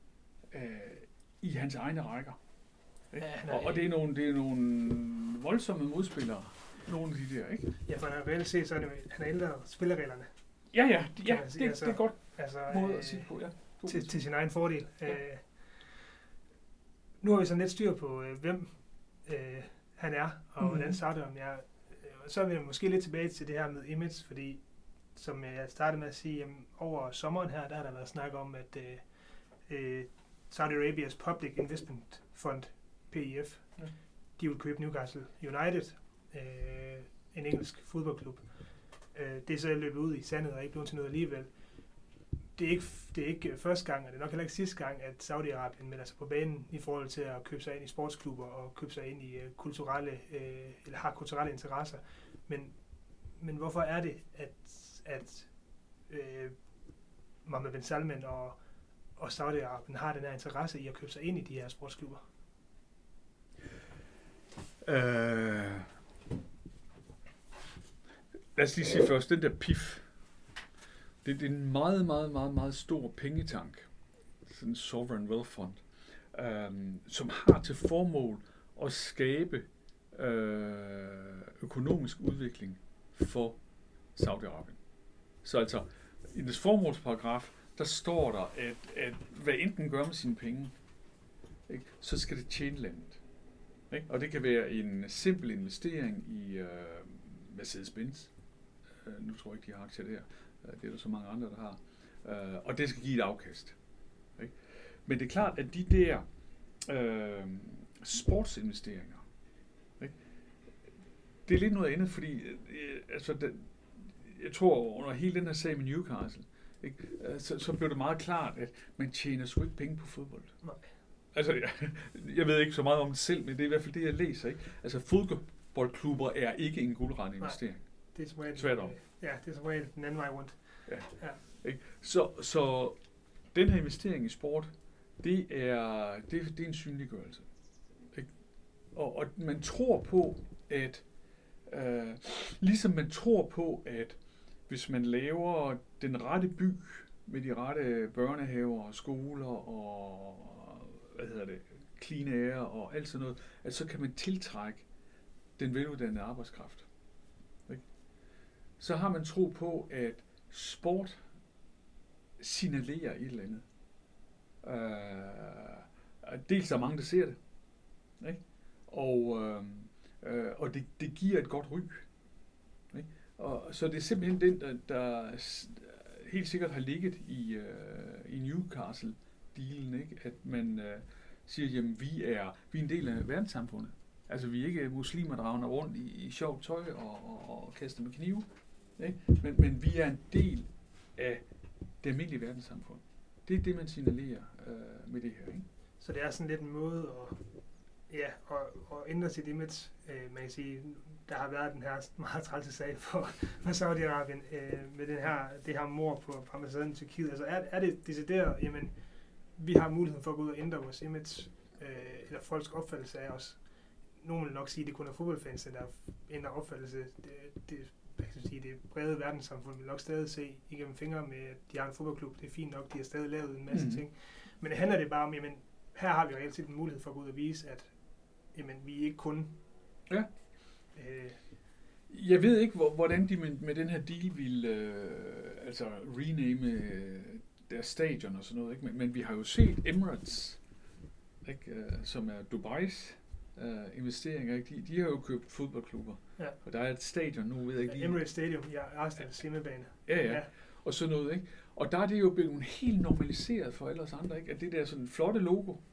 i hans egne rækker. Ikke? Ja, og det er nogle voldsomme modspillere, nogle af de der, ikke? Ja, for han har reelt set, så er det, han har ændret spillereglerne. Ja, det er godt måde at sige på, ja. Til sin egen fordel. Ja. Nu har vi sådan lidt styr på, hvem han er, og hvordan starter han. Så er vi måske lidt tilbage til det her med image, fordi som jeg startede med at sige, jamen, over sommeren her, der har der været snak om, at Saudi Arabias Public Investment Fund, PIF, de vil købe Newcastle United, en engelsk fodboldklub. Det er så løbet ud i sandet og ikke blevet til noget alligevel. Det er ikke første gang, og det er nok heller ikke sidste gang, at Saudi-Arabien melder sig på banen i forhold til at købe sig ind i sportsklubber og købe sig ind i eller har kulturelle interesser. Men hvorfor er det, at Mohammed bin Salman og Saudi-Arabien har den her interesse i at købe sig ind i de her sportsklubber? Lad os lige sige først, den der PIF, det er en meget, meget, meget, meget stor pengetank, sådan en sovereign wealth fund, som har til formål at skabe økonomisk udvikling for Saudi-Arabien. Så altså, i dets formålsparagraf, der står der, at hvad enten gør med sine penge, ikke, så skal det tjene landet. Ikke? Og det kan være en simpel investering i Mercedes-Benz. Nu tror jeg ikke, de har aktier der. Det er der så mange andre, der har. Og det skal give et afkast. Ikke? Men det er klart, at de der sportsinvesteringer, ikke? Det er lidt noget andet, fordi jeg tror, under hele den her sag med Newcastle, ikke? Så blev det meget klart, at man tjener sgu ikke penge på fodbold. Nej. Altså, jeg ved ikke så meget om det selv, men det er i hvert fald det, jeg læser. Ikke? Altså, fodboldklubber er ikke en guldrandet investering. Det er som regel, tværtom. Ja, det er som regel den anden vej rundt. Ja. Ikke? Så den her investering i sport, det er en synliggørelse. Ikke? Og man tror på, at ligesom man tror på, at hvis man laver den rette by med de rette børnehaver og skoler og clean air og alt sådan noget, at så kan man tiltrække den veluddannede arbejdskraft. Ikke? Så har man tro på, at sport signalerer et eller andet. Dels er mange, der ser det. Ikke? Og det giver et godt ry. Ikke? Og så det er simpelthen den, der helt sikkert har ligget i Newcastle-dealen, ikke? At man siger, jamen vi er en del af verdenssamfundet. Altså vi er ikke muslimer, der render rundt i sjovt tøj og kaster med knive. Ikke? Men vi er en del af det almindelige verdenssamfund. Det er det, man signalerer med det her. Ikke? Så det er sådan lidt en måde at ændre sit image. Man kan sige, der har været den her meget trælse sag for Saudi-Arabien med det her mord på ambassaden i Tyrkiet. Altså er det decideret, jamen vi har muligheden for at gå ud og ændre vores image, eller folks opfattelse af os. Nogle vil nok sige, at det kun er fodboldfans, der ændrer opfattelse. Det brede verdenssamfund vil nok stadig se igennem fingre med, at de har en fodboldklub. Det er fint nok, de har stadig lavet en masse ting. Men det handler det bare om, jamen her har vi reelt set en mulighed for at gå ud og vise, at jamen, vi er ikke kun... Ja. Jeg ved ikke, hvordan de med den her deal vil rename deres stadion og sådan noget, ikke? Men vi har jo set Emirates, ikke? Som er Dubais investeringer, ikke? De har jo købt fodboldklubber, ja. Og der er et stadion nu, ved jeg ikke lige. Emirates Stadium i Arsenals hjemmebane. Ja, og sådan noget, ikke? Og der er det jo blevet helt normaliseret for alle os andre, ikke? At det der sådan flotte logo,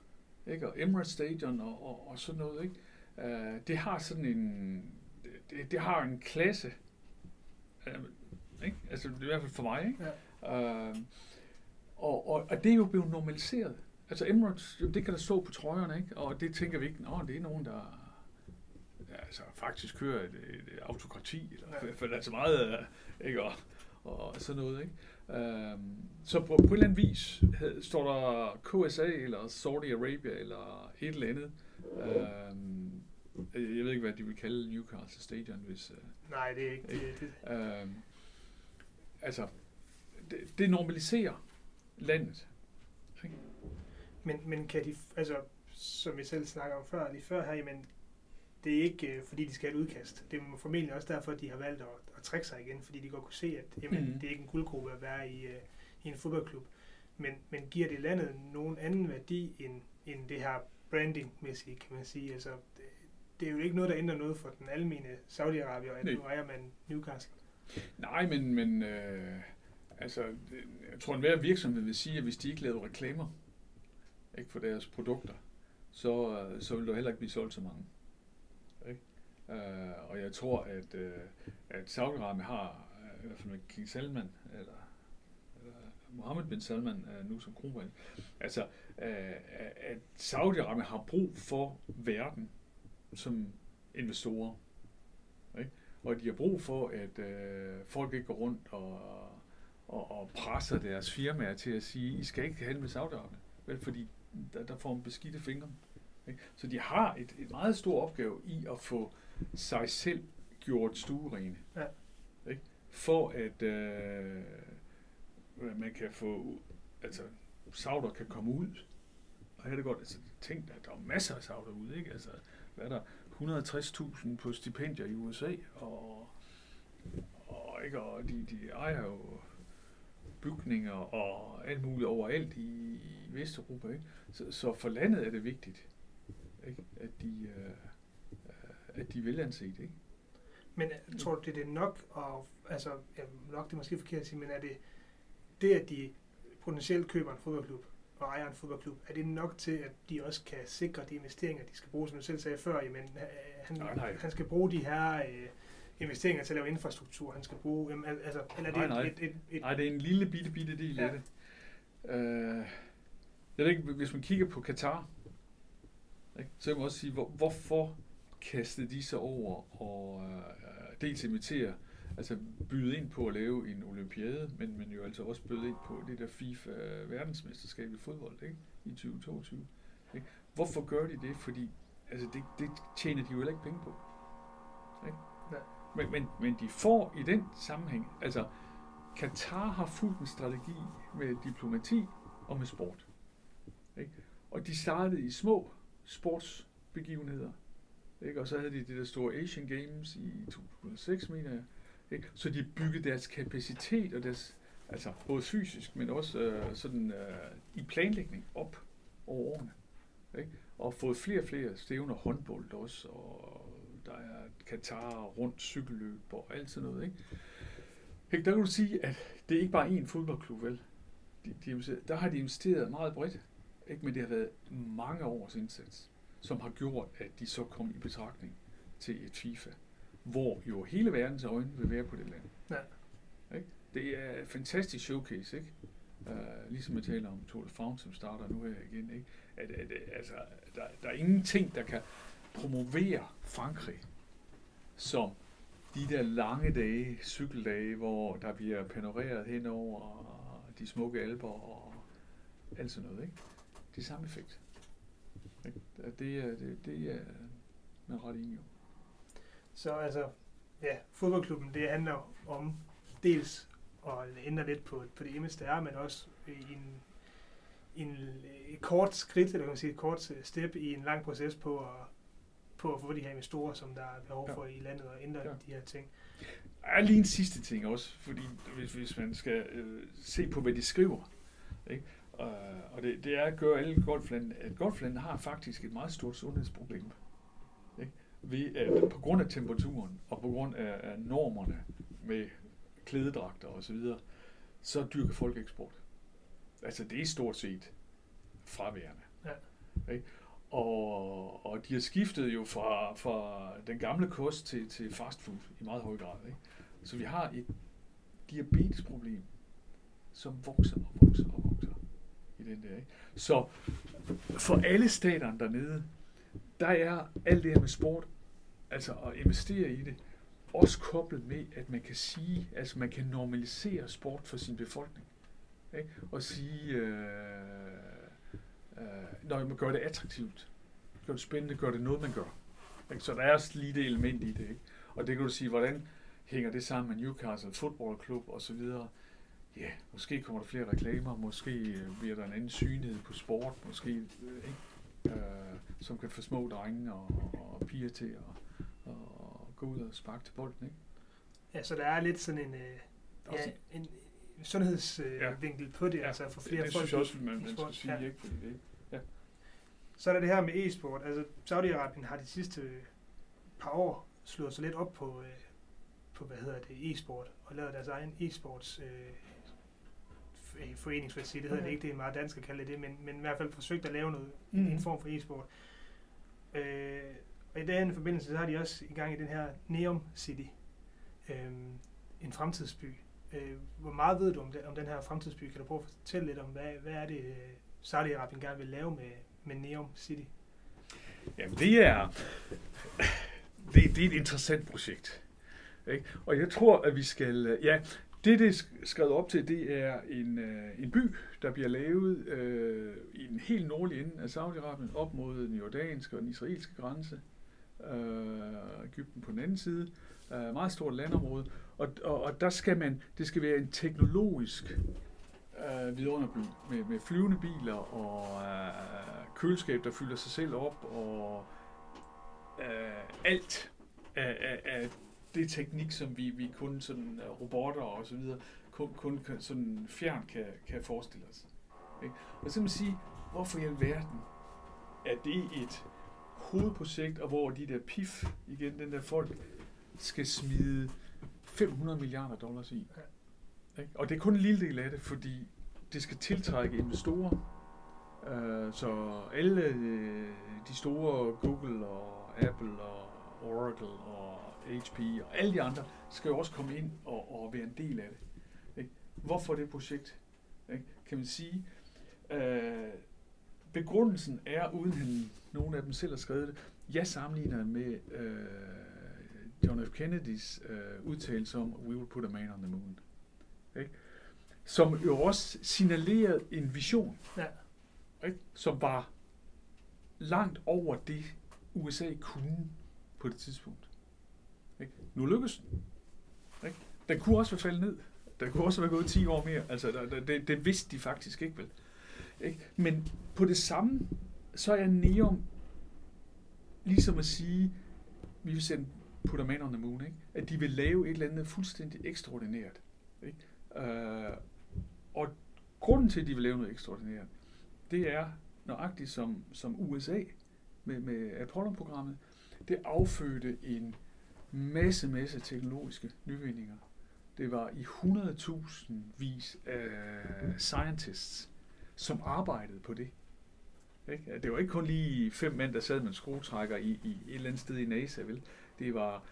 ikke? Og Emirates Stadion og sådan noget, ikke? Det har sådan en, det har en klasse, ikke? Altså i hvert fald for mig, ikke? Ja. Og det er jo blevet normaliseret. Altså Emirates, det kan der stå på trøjerne, ikke? Og det tænker vi ikke, det er nogen, der altså faktisk kører et autokrati, eller i hvert fald altså meget, ikke? Og sådan noget, ikke? Så på en eller anden vis står der KSA eller Saudi Arabia eller et eller andet. Jeg ved ikke, hvad de vil kalde Newcastle Stadion, hvis... Nej, det er ikke det. Altså, det normaliserer landet. Ikke? Men kan de, altså, som jeg selv snakker om lige før her, jamen, det er ikke fordi, de skal have et udkast. Det er formentlig også derfor, at de har valgt at trække sig igen, fordi de godt kunne se, at jamen, det er ikke en guldgruppe at være i en fodboldklub. Men giver det landet nogen anden værdi end det her branding-mæssige, kan man sige. Altså, det er jo ikke noget, der ændrer noget for den almene Saudi-Arabier, at nu ejer man Newcastle. Nej, men altså, jeg tror, enhver virksomhed vil sige, at hvis de ikke lavede reklamer, ikke, for deres produkter, så vil der heller ikke blive solgt så mange. Ikke? Og jeg tror, at Saudi-Arabien har, i hvert fald med King Salman, eller Mohammed bin Salman nu som kronprins, altså, at Saudi-Arabien har brug for verden som investorer. Ikke? Og de har brug for, at folk ikke går rundt og presser deres firmaer til at sige, I skal ikke handle med Saudi-Arabien, vel, fordi der får man beskidte fingre. Ikke? Så de har et meget stor opgave i at få sig selv gjort stuerene. Ja. Ikke? For at man kan få, altså sauder kan komme ud. Og her er det godt, altså tænk, at der er masser af sauder ude, ikke? Altså, hvad er der? 160.000 på stipendier i USA, og de ejer jo bygninger og alt muligt overalt i Vesteuropa, ikke? Så for landet er det vigtigt, ikke? At de er velanset, ikke? Men tror du, det er nok, altså, nok det er måske forkert at sige, men er det, at de potentielt køber en fodboldklub og ejer en fodboldklub, er det nok til, at de også kan sikre de investeringer, de skal bruge, som du selv sagde før, jamen, han skal bruge de her investeringer til at lave infrastruktur, han skal bruge, altså, eller det nej, det er en lille bitte del af det. Jeg ved ikke, hvis man kigger på Katar, ikke, så kan man også sige, hvorfor kastede de sig over og dels invitere, altså byde ind på at lave en olympiade, men jo altså også byde ind på det der FIFA verdensmesterskab i fodbold, ikke, i 2022. Ikke? Hvorfor gør de det? Fordi altså det tjener de jo heller ikke penge på. Ikke? Ja. Men de får i den sammenhæng, altså Katar har fulgt en strategi med diplomati og med sport. Ikke? Og de startede i små sportsbegivenheder. Ikke? Og så havde de det der store Asian Games i 2006, mener jeg. Ikke? Så de byggede deres kapacitet og deres, altså både fysisk, men også i planlægning op over årene. Ikke? Og fået flere og flere stævner, håndbold også, og der er Katar rundt cykelløb og alt sådan noget. Ikke? Der kan du sige, at det er ikke bare én fodboldklub, vel? Der har de investeret meget bredt, ikke? Men det har været mange års indsats, som har gjort, at de så kom i betragtning til et FIFA, hvor jo hele verdens øjne vil være på det land. Ja. Ikke? Det er et fantastisk showcase, ikke? Ligesom jeg taler om Tour de France, som starter nu her igen, ikke? Altså, der er ingenting, der kan promovere Frankrig som de der lange dage, cykeldage, hvor der bliver panoreret hen over de smukke alper og alt sådan noget, ikke? Det er samme effekt. Ikke? Det er man ret enig om. Så altså, ja, fodboldklubben, det handler om dels at ændre lidt på det image, der er, men også et kort skridt, eller kan man sige et kort step i en lang proces på at få de her investorer, som der er behov for i landet, og ændre de her ting. Der er lige en sidste ting også, fordi hvis man skal se på, hvad de skriver, ikke? Og det er at gøre alle golflande, at golflande har faktisk et meget stort sundhedsproblem. Ikke? Ved at på grund af temperaturen og på grund af normerne med klædedragter og så videre, så dyrker folk eksport. Altså det er stort set fraværende. Ja. Ikke? Og de har skiftet jo fra den gamle kost til fast food i meget høj grad. Ikke? Så vi har et diabetesproblem, som vokser i den der. Ikke? Så for alle staterne dernede, der er alt det her med sport, altså at investere i det, også koblet med, at man kan sige, altså man kan normalisere sport for sin befolkning. Ikke? Og sige, når man gør det attraktivt, gør det spændende, gør det noget, man gør. Ikke? Så der er også lige det element i det. Ikke? Og det kan du sige, hvordan hænger det sammen med Newcastle Football Club og så videre. Ja, måske kommer der flere reklamer, måske bliver der en anden synlighed på sport, måske, ikke? Som kan få små drenge og piger til at gå ud og sparke til bolden. Ikke? Ja, så der er lidt sådan en sundhedsvinkel på det, altså for flere folk. Det synes jeg også, man skal sige, ikke? Fordi det, ja. Så er der det her med e-sport. Altså Saudi-Arabien har de sidste par år slået sig lidt op på e-sport og lavet deres egen e-sports forening, vil sige. Det hedder det ikke, det er meget dansk at kalde det, men i hvert fald forsøgt at lave noget, en form for e-sport. Og i den forbindelse, så har de også i gang i den her Neom City, en fremtidsby. Hvor meget ved du om den her fremtidsby? Kan du prøve at fortælle lidt om, hvad er det, Saudi-Arabien gerne vil lave med Neom City? Jamen, det er et interessant projekt. Ikke? Og jeg tror, at vi skal... Ja, det er skrevet op til, det er en by, der bliver lavet i en helt nordlig ende af Saudi-Arabien, op mod den jordanske og den israelske grænse. Egypten på den anden side. Meget stort landområde. Og der skal det skal være en teknologisk vidunderby med flyvende biler og køleskab, der fylder sig selv op, og alt af det teknik, som vi kun sådan robotter og så videre kun sådan fjern kan forestille os. Ikke? Og så kan man sige, hvorfor i alverden er det et hovedprojekt, og hvor de der PIF, igen den der folk, skal smide $500 milliarder i. Ikke? Og det er kun en lille del af det, fordi det skal tiltrække investorer. Så alle de store, Google og Apple og Oracle og HP og alle de andre, skal jo også komme ind og være en del af det. Ikke? Hvorfor det projekt? Ikke? Kan man sige, begrundelsen er, uden nogen af dem selv har skrevet det, jeg sammenligner med John F. Kennedys udtalelse om, we will put a man on the moon. Ikke? Som jo også signalerede en vision, ikke? Som var langt over det, USA kunne på det tidspunkt. Ikke? Nu lykkedes den. Ikke? Den kunne også være faldet ned. Der kunne også være gået 10 år mere. Altså, det vidste de faktisk ikke, vel? Ikke? Men på det samme, så er Neom ligesom at sige, vi vil sende put a man on the moon, ikke? At de vil lave et eller andet fuldstændig ekstraordinært. Ikke? Og grunden til, at de vil lave noget ekstraordinært, det er nøjagtigt som USA med Apollo-programmet, det affødte en masse teknologiske nyvindinger. Det var i 100.000 vis af scientists, som arbejdede på det. Ikke? Det var ikke kun lige 5 mænd, der sad med en skruetrækker i et eller andet sted i NASA, vel? Det var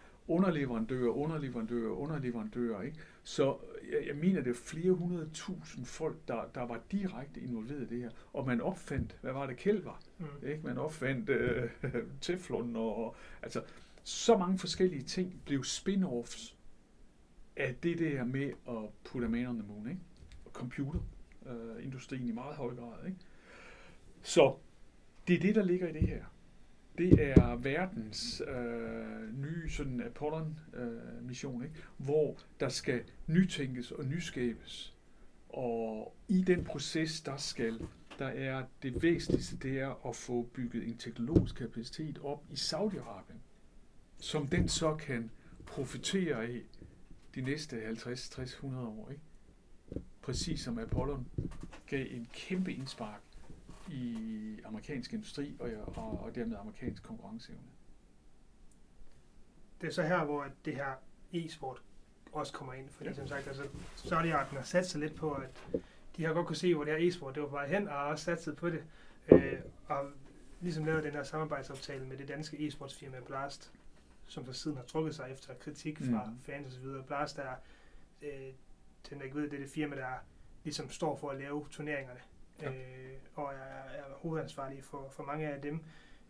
underleverandører, ikke? Så jeg mener, det er flere 100.000 folk, der var direkte involveret i det her. Og man opfandt, hvad var det, kælver? Ikke? Man opfandt teflon og altså så mange forskellige ting blev spin-offs af det der med at put a man on the moon, ikke? Og computerindustrien i meget høj grad, ikke? Så det er det, der ligger i det her. Det er verdens nye sådan Apollon-mission, ikke? Hvor der skal nytænkes og nyskabes. Og i den proces, der er det væsentligste, det er at få bygget en teknologisk kapacitet op i Saudi-Arabien, som den så kan profitere af de næste 50-60-100 år, ikke? Præcis som Apollon gav en kæmpe indspark i amerikansk industri og dermed amerikansk konkurrenceevne. Det er så her, hvor det her e-sport også kommer ind, fordi som sagt, altså Saudi-Arabien har sat sig lidt på, at de har godt kunne se, hvor det her e-sport det var på vej hen, og har også satset på det. Og ligesom lavet den her samarbejdsaftale med det danske e-sportsfirma Blast, som så siden har trukket sig efter kritik fra fans og så videre. Blast er, den der ikke ved, det er det firma, der ligesom står for at lave turneringerne, og er hovedansvarlige for mange af dem.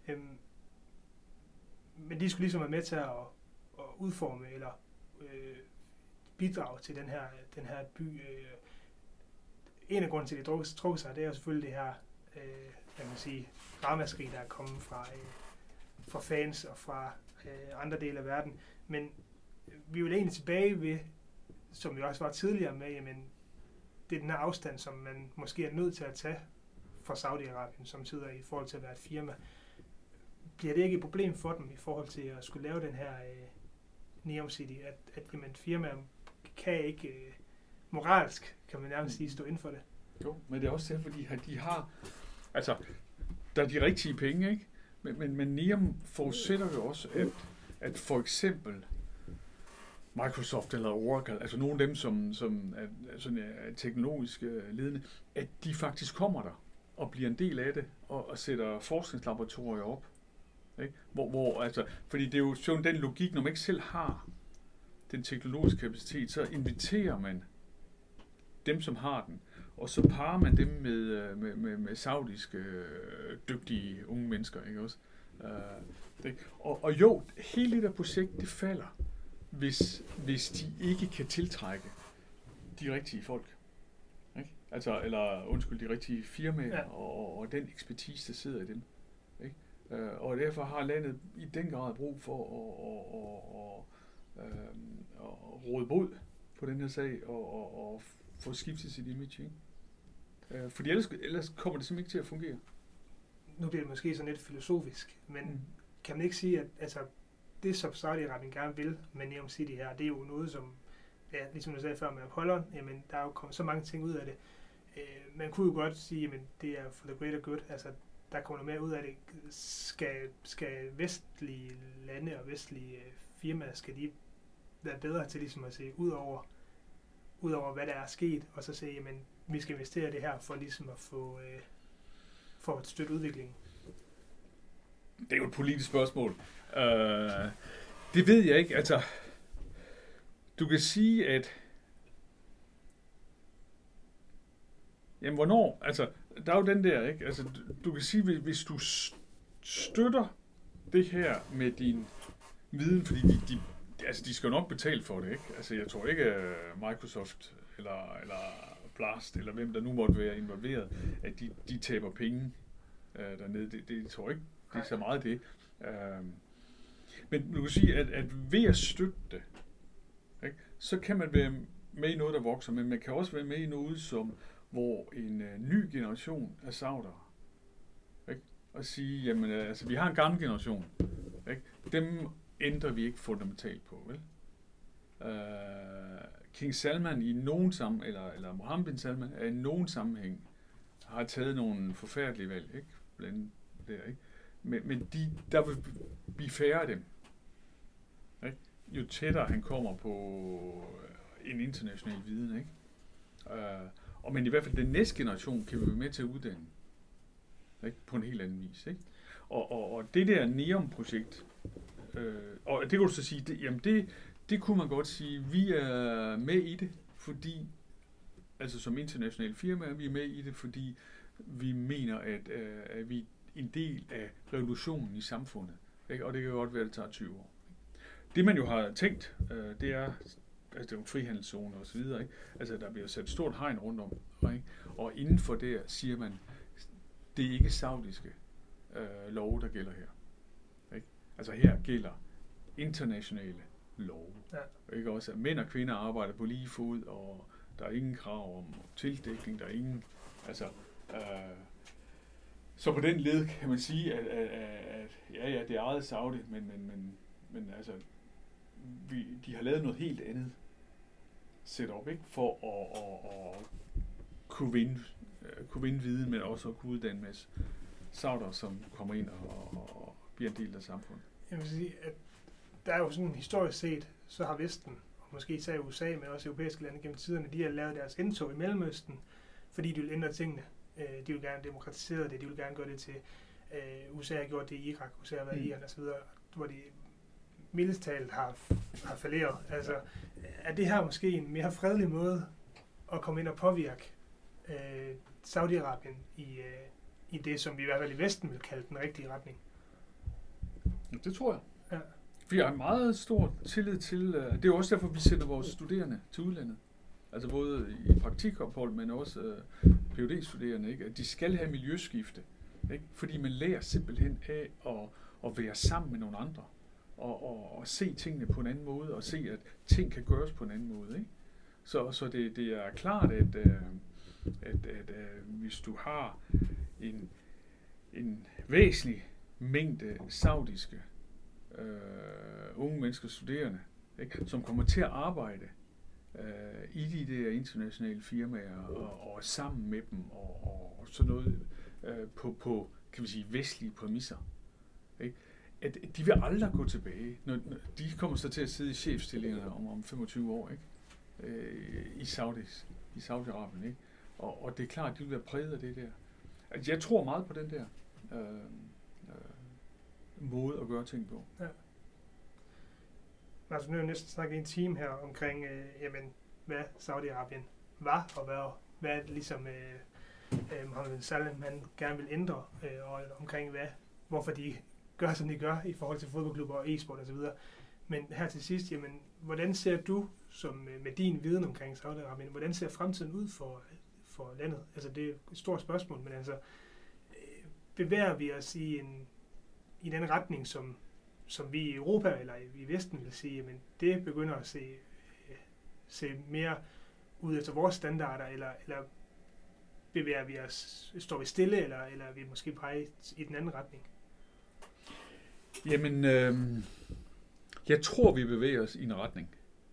Men de skulle ligesom være med til at udforme eller bidrage til den her by. En af grunden til, at det trukket sig, det er jo selvfølgelig det her, kan man sige, ramaskrig, der er kommet fra fans og fra andre dele af verden. Men vi vil egentlig tilbage ved, som vi også var tidligere med, jamen, det er den her afstand, som man måske er nødt til at tage fra Saudi-Arabien, som sidder i forhold til at være et firma. Bliver det ikke et problem for dem i forhold til at skulle lave den her Neom City, at jamen, firmaer kan ikke moralsk, kan man nærmest sige, stå inden for det? Jo, men det er også derfor, fordi de har, altså, der er de rigtige penge, ikke? Men Neom forudsætter jo også, at for eksempel Microsoft eller Oracle, altså nogle af dem, som er teknologisk ledende, at de faktisk kommer der og bliver en del af det og sætter forskningslaboratorier op. Ikke? Hvor, altså, fordi det er jo sådan den logik, når man ikke selv har den teknologiske kapacitet, så inviterer man dem, som har den, og så parer man dem med saudiske dygtige unge mennesker, ikke også? Og jo, hele det der projekt, det falder, hvis de ikke kan tiltrække de rigtige folk. Ikke? Altså, de rigtige firmaer og den ekspertise, der sidder i dem. Ikke? Og derfor har landet i den grad brug for at råde bod på den her sag og få skiftet sit image. Ikke? Fordi ellers kommer det simpelthen ikke til at fungere. Nu bliver det måske sådan lidt filosofisk, men kan man ikke sige, at altså, det som Saudi-Arabien gerne vil med Neom City her, det er jo noget, som, ja, ligesom du sagde før med Apollon, jamen, der er jo kommet så mange ting ud af det. Man kunne jo godt sige, at det er for the greater good, altså der kommer noget mere ud af det. Skal vestlige lande og vestlige firmaer, skal de være bedre til ligesom at se ud over hvad der er sket, og så sige, jamen, vi skal investere det her for ligesom at få at støtte udviklingen? Det er jo et politisk spørgsmål. Det ved jeg ikke. Altså, du kan sige, at jamen, hvornår? Altså, der er jo den der, ikke? Altså, du kan sige, hvis du støtter det her med din viden, fordi de skal jo nok betale for det, ikke? Altså, jeg tror ikke, Microsoft eller Blast, eller hvem der nu måtte være involveret, at de taber penge dernede. Det tror jeg ikke. Det er så meget det. Men du kan sige, at ved at støtte det, ikke, så kan man være med i noget, der vokser, men man kan også være med i noget, hvor en ny generation af sauder, ikke, og sige, jamen, altså, vi har en gammel generation, ikke, dem ændrer vi ikke fundamentalt på, vel? King Salman i nogen sammenhæng, eller Mohammed bin Salman er i nogen sammenhæng, har taget nogle forfærdelige valg, ikke? Blandt der, ikke? Men der vil blive færre af dem. Ikke? Jo tættere han kommer på en international viden. Ikke? Men i hvert fald den næste generation kan vi være med til at uddanne. Ikke? På en helt anden vis. Ikke? Og det der Neom-projekt, og det kan du så sige, det kunne man godt sige, vi er med i det, fordi, altså som international firma, vi er med i det, fordi vi mener, at vi en del af revolutionen i samfundet. Ikke? Og det kan godt være, at det tager 20 år. Det man jo har tænkt, det er, altså det er jo frihandelszone og så videre, ikke? Altså der bliver sat et stort hegn rundt om, ikke? Og inden for det siger man, det er ikke saudiske love, der gælder her. Ikke? Altså her gælder internationale love. Ja. Ikke? Også at mænd og kvinder arbejder på lige fod, og der er ingen krav om tildækning, der er ingen, altså så på den led kan man sige, at ja, det er ejet Saudi, men altså, de har lavet noget helt andet setup, ikke? For at kunne vinde viden, men også at kunne uddanne en masse sauder, som kommer ind og bliver en del af samfundet. Jeg vil sige, at der er jo sådan historisk set, så har Vesten, og måske især USA, men også europæiske lande gennem tiderne, de har lavet deres indtog i Mellemøsten, fordi de vil ændre tingene. De vil gerne demokratisere det, de vil gerne gøre det til USA har gjort det i Irak, USA har været i Iran osv., hvor de mildest talt har falderet. Altså, er det her måske en mere fredelig måde at komme ind og påvirke Saudi-Arabien i det, som vi i hvert fald i Vesten vil kalde den rigtige retning? Det tror jeg. Ja. Vi har meget stor tillid til, det er også derfor, vi sender vores studerende til udlandet. Altså både i praktikophold, men også PhD-studerende, ikke? At de skal have miljøskifte, ikke? Fordi man lærer simpelthen af at være sammen med nogle andre, og se tingene på en anden måde, og se, at ting kan gøres på en anden måde, ikke? Så det er klart, at hvis du har en væsentlig mængde saudiske unge mennesker, studerende, ikke, som kommer til at arbejde i de der internationale firmaer og sammen med dem og sådan noget på kan vi sige vestlige præmisser, ikke? At de vil aldrig gå tilbage, når de kommer så til at sidde i chefstillingerne om 25 år, ikke? I Saudi-Arabien, ikke? Og det er klart, at de vil være præget af det der. Altså, jeg tror meget på den der måde at gøre ting på. Ja. Altså, nu har jeg næsten snakket i en time her omkring, hvad Saudi-Arabien var, og hvad det ligesom Mohammed bin Salman han gerne vil ændre, og omkring hvorfor de gør, som de gør i forhold til fodboldklubber og e-sport osv. Men her til sidst, hvordan ser du, som med din viden omkring Saudi-Arabien, hvordan ser fremtiden ud for landet? Altså, det er et stort spørgsmål, men altså, bevæger vi os i den retning, som vi i Europa eller i Vesten vil sige, men det begynder at se mere ud efter vores standarder, eller bevæger vi os, står vi stille, eller er vi måske på vej i den anden retning? Jamen, jeg tror, vi bevæger os i en retning,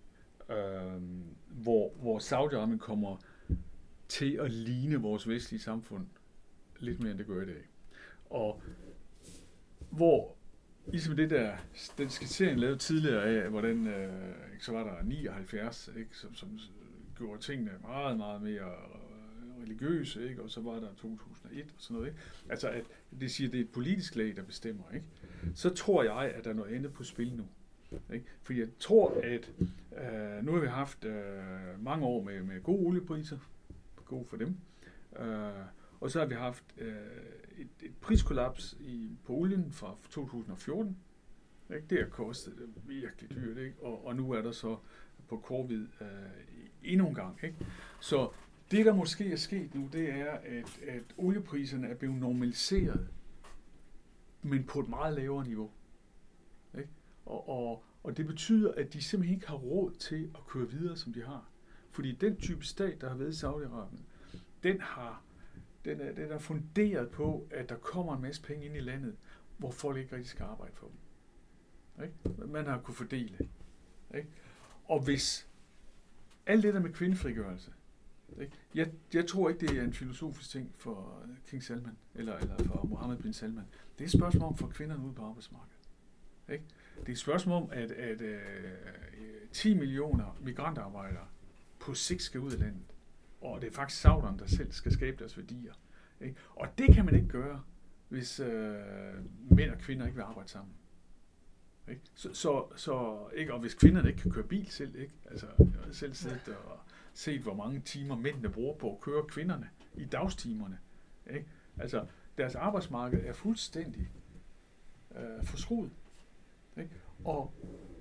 hvor Saudi-Arabien kommer til at ligne vores vestlige samfund lidt mere, end det gør i dag. Og hvor, ligesom den skitsering lavede tidligere af, hvordan så var der 79, ikke, som gjorde tingene meget, meget mere religiøse, ikke, og så var der 2001 og sådan noget, ikke? Altså, at det siger, at det er et politisk lag, der bestemmer, ikke? Så tror jeg, at der er noget andet på spil nu. Ikke? Fordi jeg tror, at nu har vi haft mange år med gode oliepriser, gode for dem, og så har vi haft et priskollaps på olien fra 2014. Ikke? Det har kostet virkelig dyrt, ikke? Og nu er der så på korvid endnu en gang. Ikke? Så det, der måske er sket nu, det er, at oliepriserne er blevet normaliseret, men på et meget lavere niveau. Ikke? Og det betyder, at de simpelthen ikke har råd til at køre videre, som de har. Fordi den type stat, der har været i Saudi-Arabien, den er funderet på, at der kommer en masse penge ind i landet, hvor folk ikke rigtig skal arbejde for dem. Ikke? Man har kunnet fordele. Ikke? Og hvis alt det der med kvindefrigørelse, ikke? Jeg tror ikke, det er en filosofisk ting for King Salman, eller for Mohammed bin Salman. Det er et spørgsmål om at få kvinderne ud på arbejdsmarkedet. Ikke? Det er et spørgsmål om, at 10 millioner migrantarbejdere på sigt skal ud af landet. Og det er faktisk sauderne, der selv skal skabe deres værdier. Ikke? Og det kan man ikke gøre, hvis mænd og kvinder ikke vil arbejde sammen. Ikke? Så ikke? Og hvis kvinderne ikke kan køre bil selv, ikke? Altså, jeg har selv set, hvor mange timer mændene bruger på at køre kvinderne i dagstimerne. Ikke? Altså, deres arbejdsmarked er fuldstændig forskruet. Ikke? Og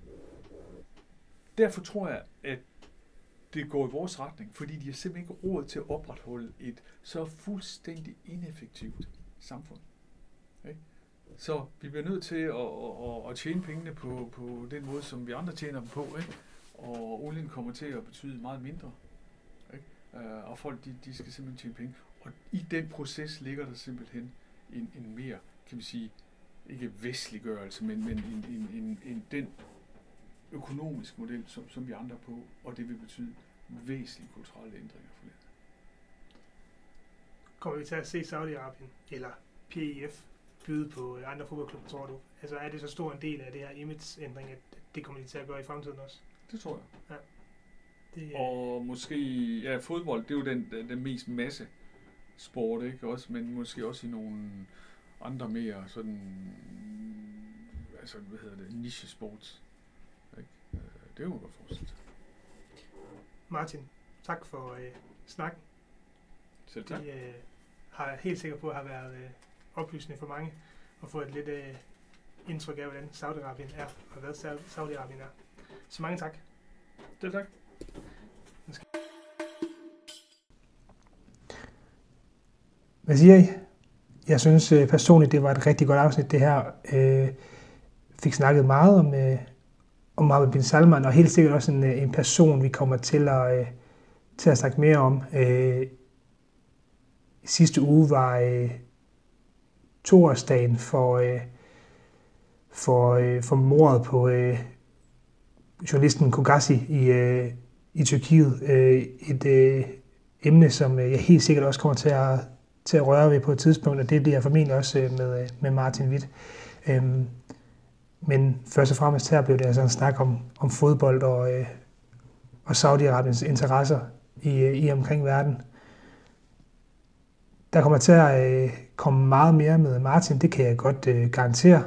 derfor tror jeg, at det går i vores retning, fordi de har simpelthen ikke råd til at opretholde et så fuldstændig ineffektivt samfund. Ikke? Så vi bliver nødt til at tjene pengene på den måde, som vi andre tjener dem på, ikke? Og olien kommer til at betyde meget mindre. Ikke? Og folk, de skal simpelthen tjene penge. Og i den proces ligger der simpelthen en mere, kan vi sige, ikke vestliggørelse, men den økonomisk model, som vi andre er på, og det vil betyde væsentlige kulturelle ændringer for landet. Kommer vi til at se Saudi-Arabien eller PIF byde på andre fodboldklubber, tror du? Altså er det så stor en del af det her image-ændring, at det kommer de til at gøre i fremtiden også? Det tror jeg. Ja. Og måske, ja, fodbold, det er jo den mest masse sport, ikke også? Men måske også i nogle andre mere sådan, altså niche sports. Ikke? Det må man godt forestille sig. Martin, tak for snakken. Selv tak. Det har jeg helt sikker på har været oplysende for mange og fået et lidt indtryk af, hvordan Saudi-Arabien er og hvad Saudi-Arabien er. Så mange tak. Selv tak. Hvad siger I? Jeg synes personligt, det var et rigtig godt afsnit, det her. Fik snakket meget om Mohammed bin Salman, og helt sikkert også en person, vi kommer til at snakke mere om. Sidste uge var 2-årsdagen for mordet på journalisten Khogazi i Tyrkiet. Et emne, som jeg helt sikkert også kommer til at røre ved på et tidspunkt, og det bliver formentlig også med Martin Witt. Men først og fremmest her blev det altså en snak om fodbold og Saudi-Arabiens interesser i omkring verden. Der kommer til at komme meget mere med Martin, det kan jeg godt garantere,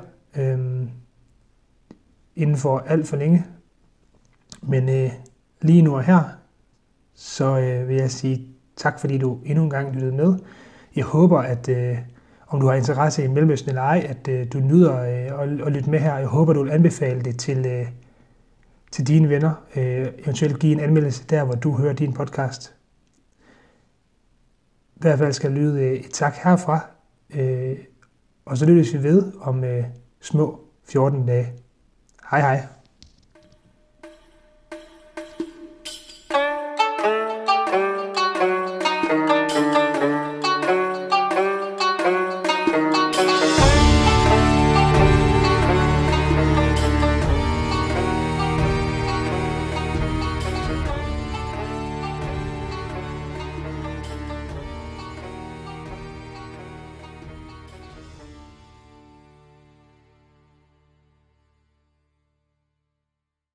inden for alt for længe. Men lige nu og her, så vil jeg sige tak, fordi du endnu en gang lyttede med. Jeg håber, at om du har interesse i Mellemøsten eller ej, at du nyder at lytte med her. Jeg håber, du vil anbefale det til dine venner. Eventuelt give en anmeldelse der, hvor du hører din podcast. I hvert fald skal lyde et tak herfra. Og så lyttes vi ved om små 14 dage. Hej hej.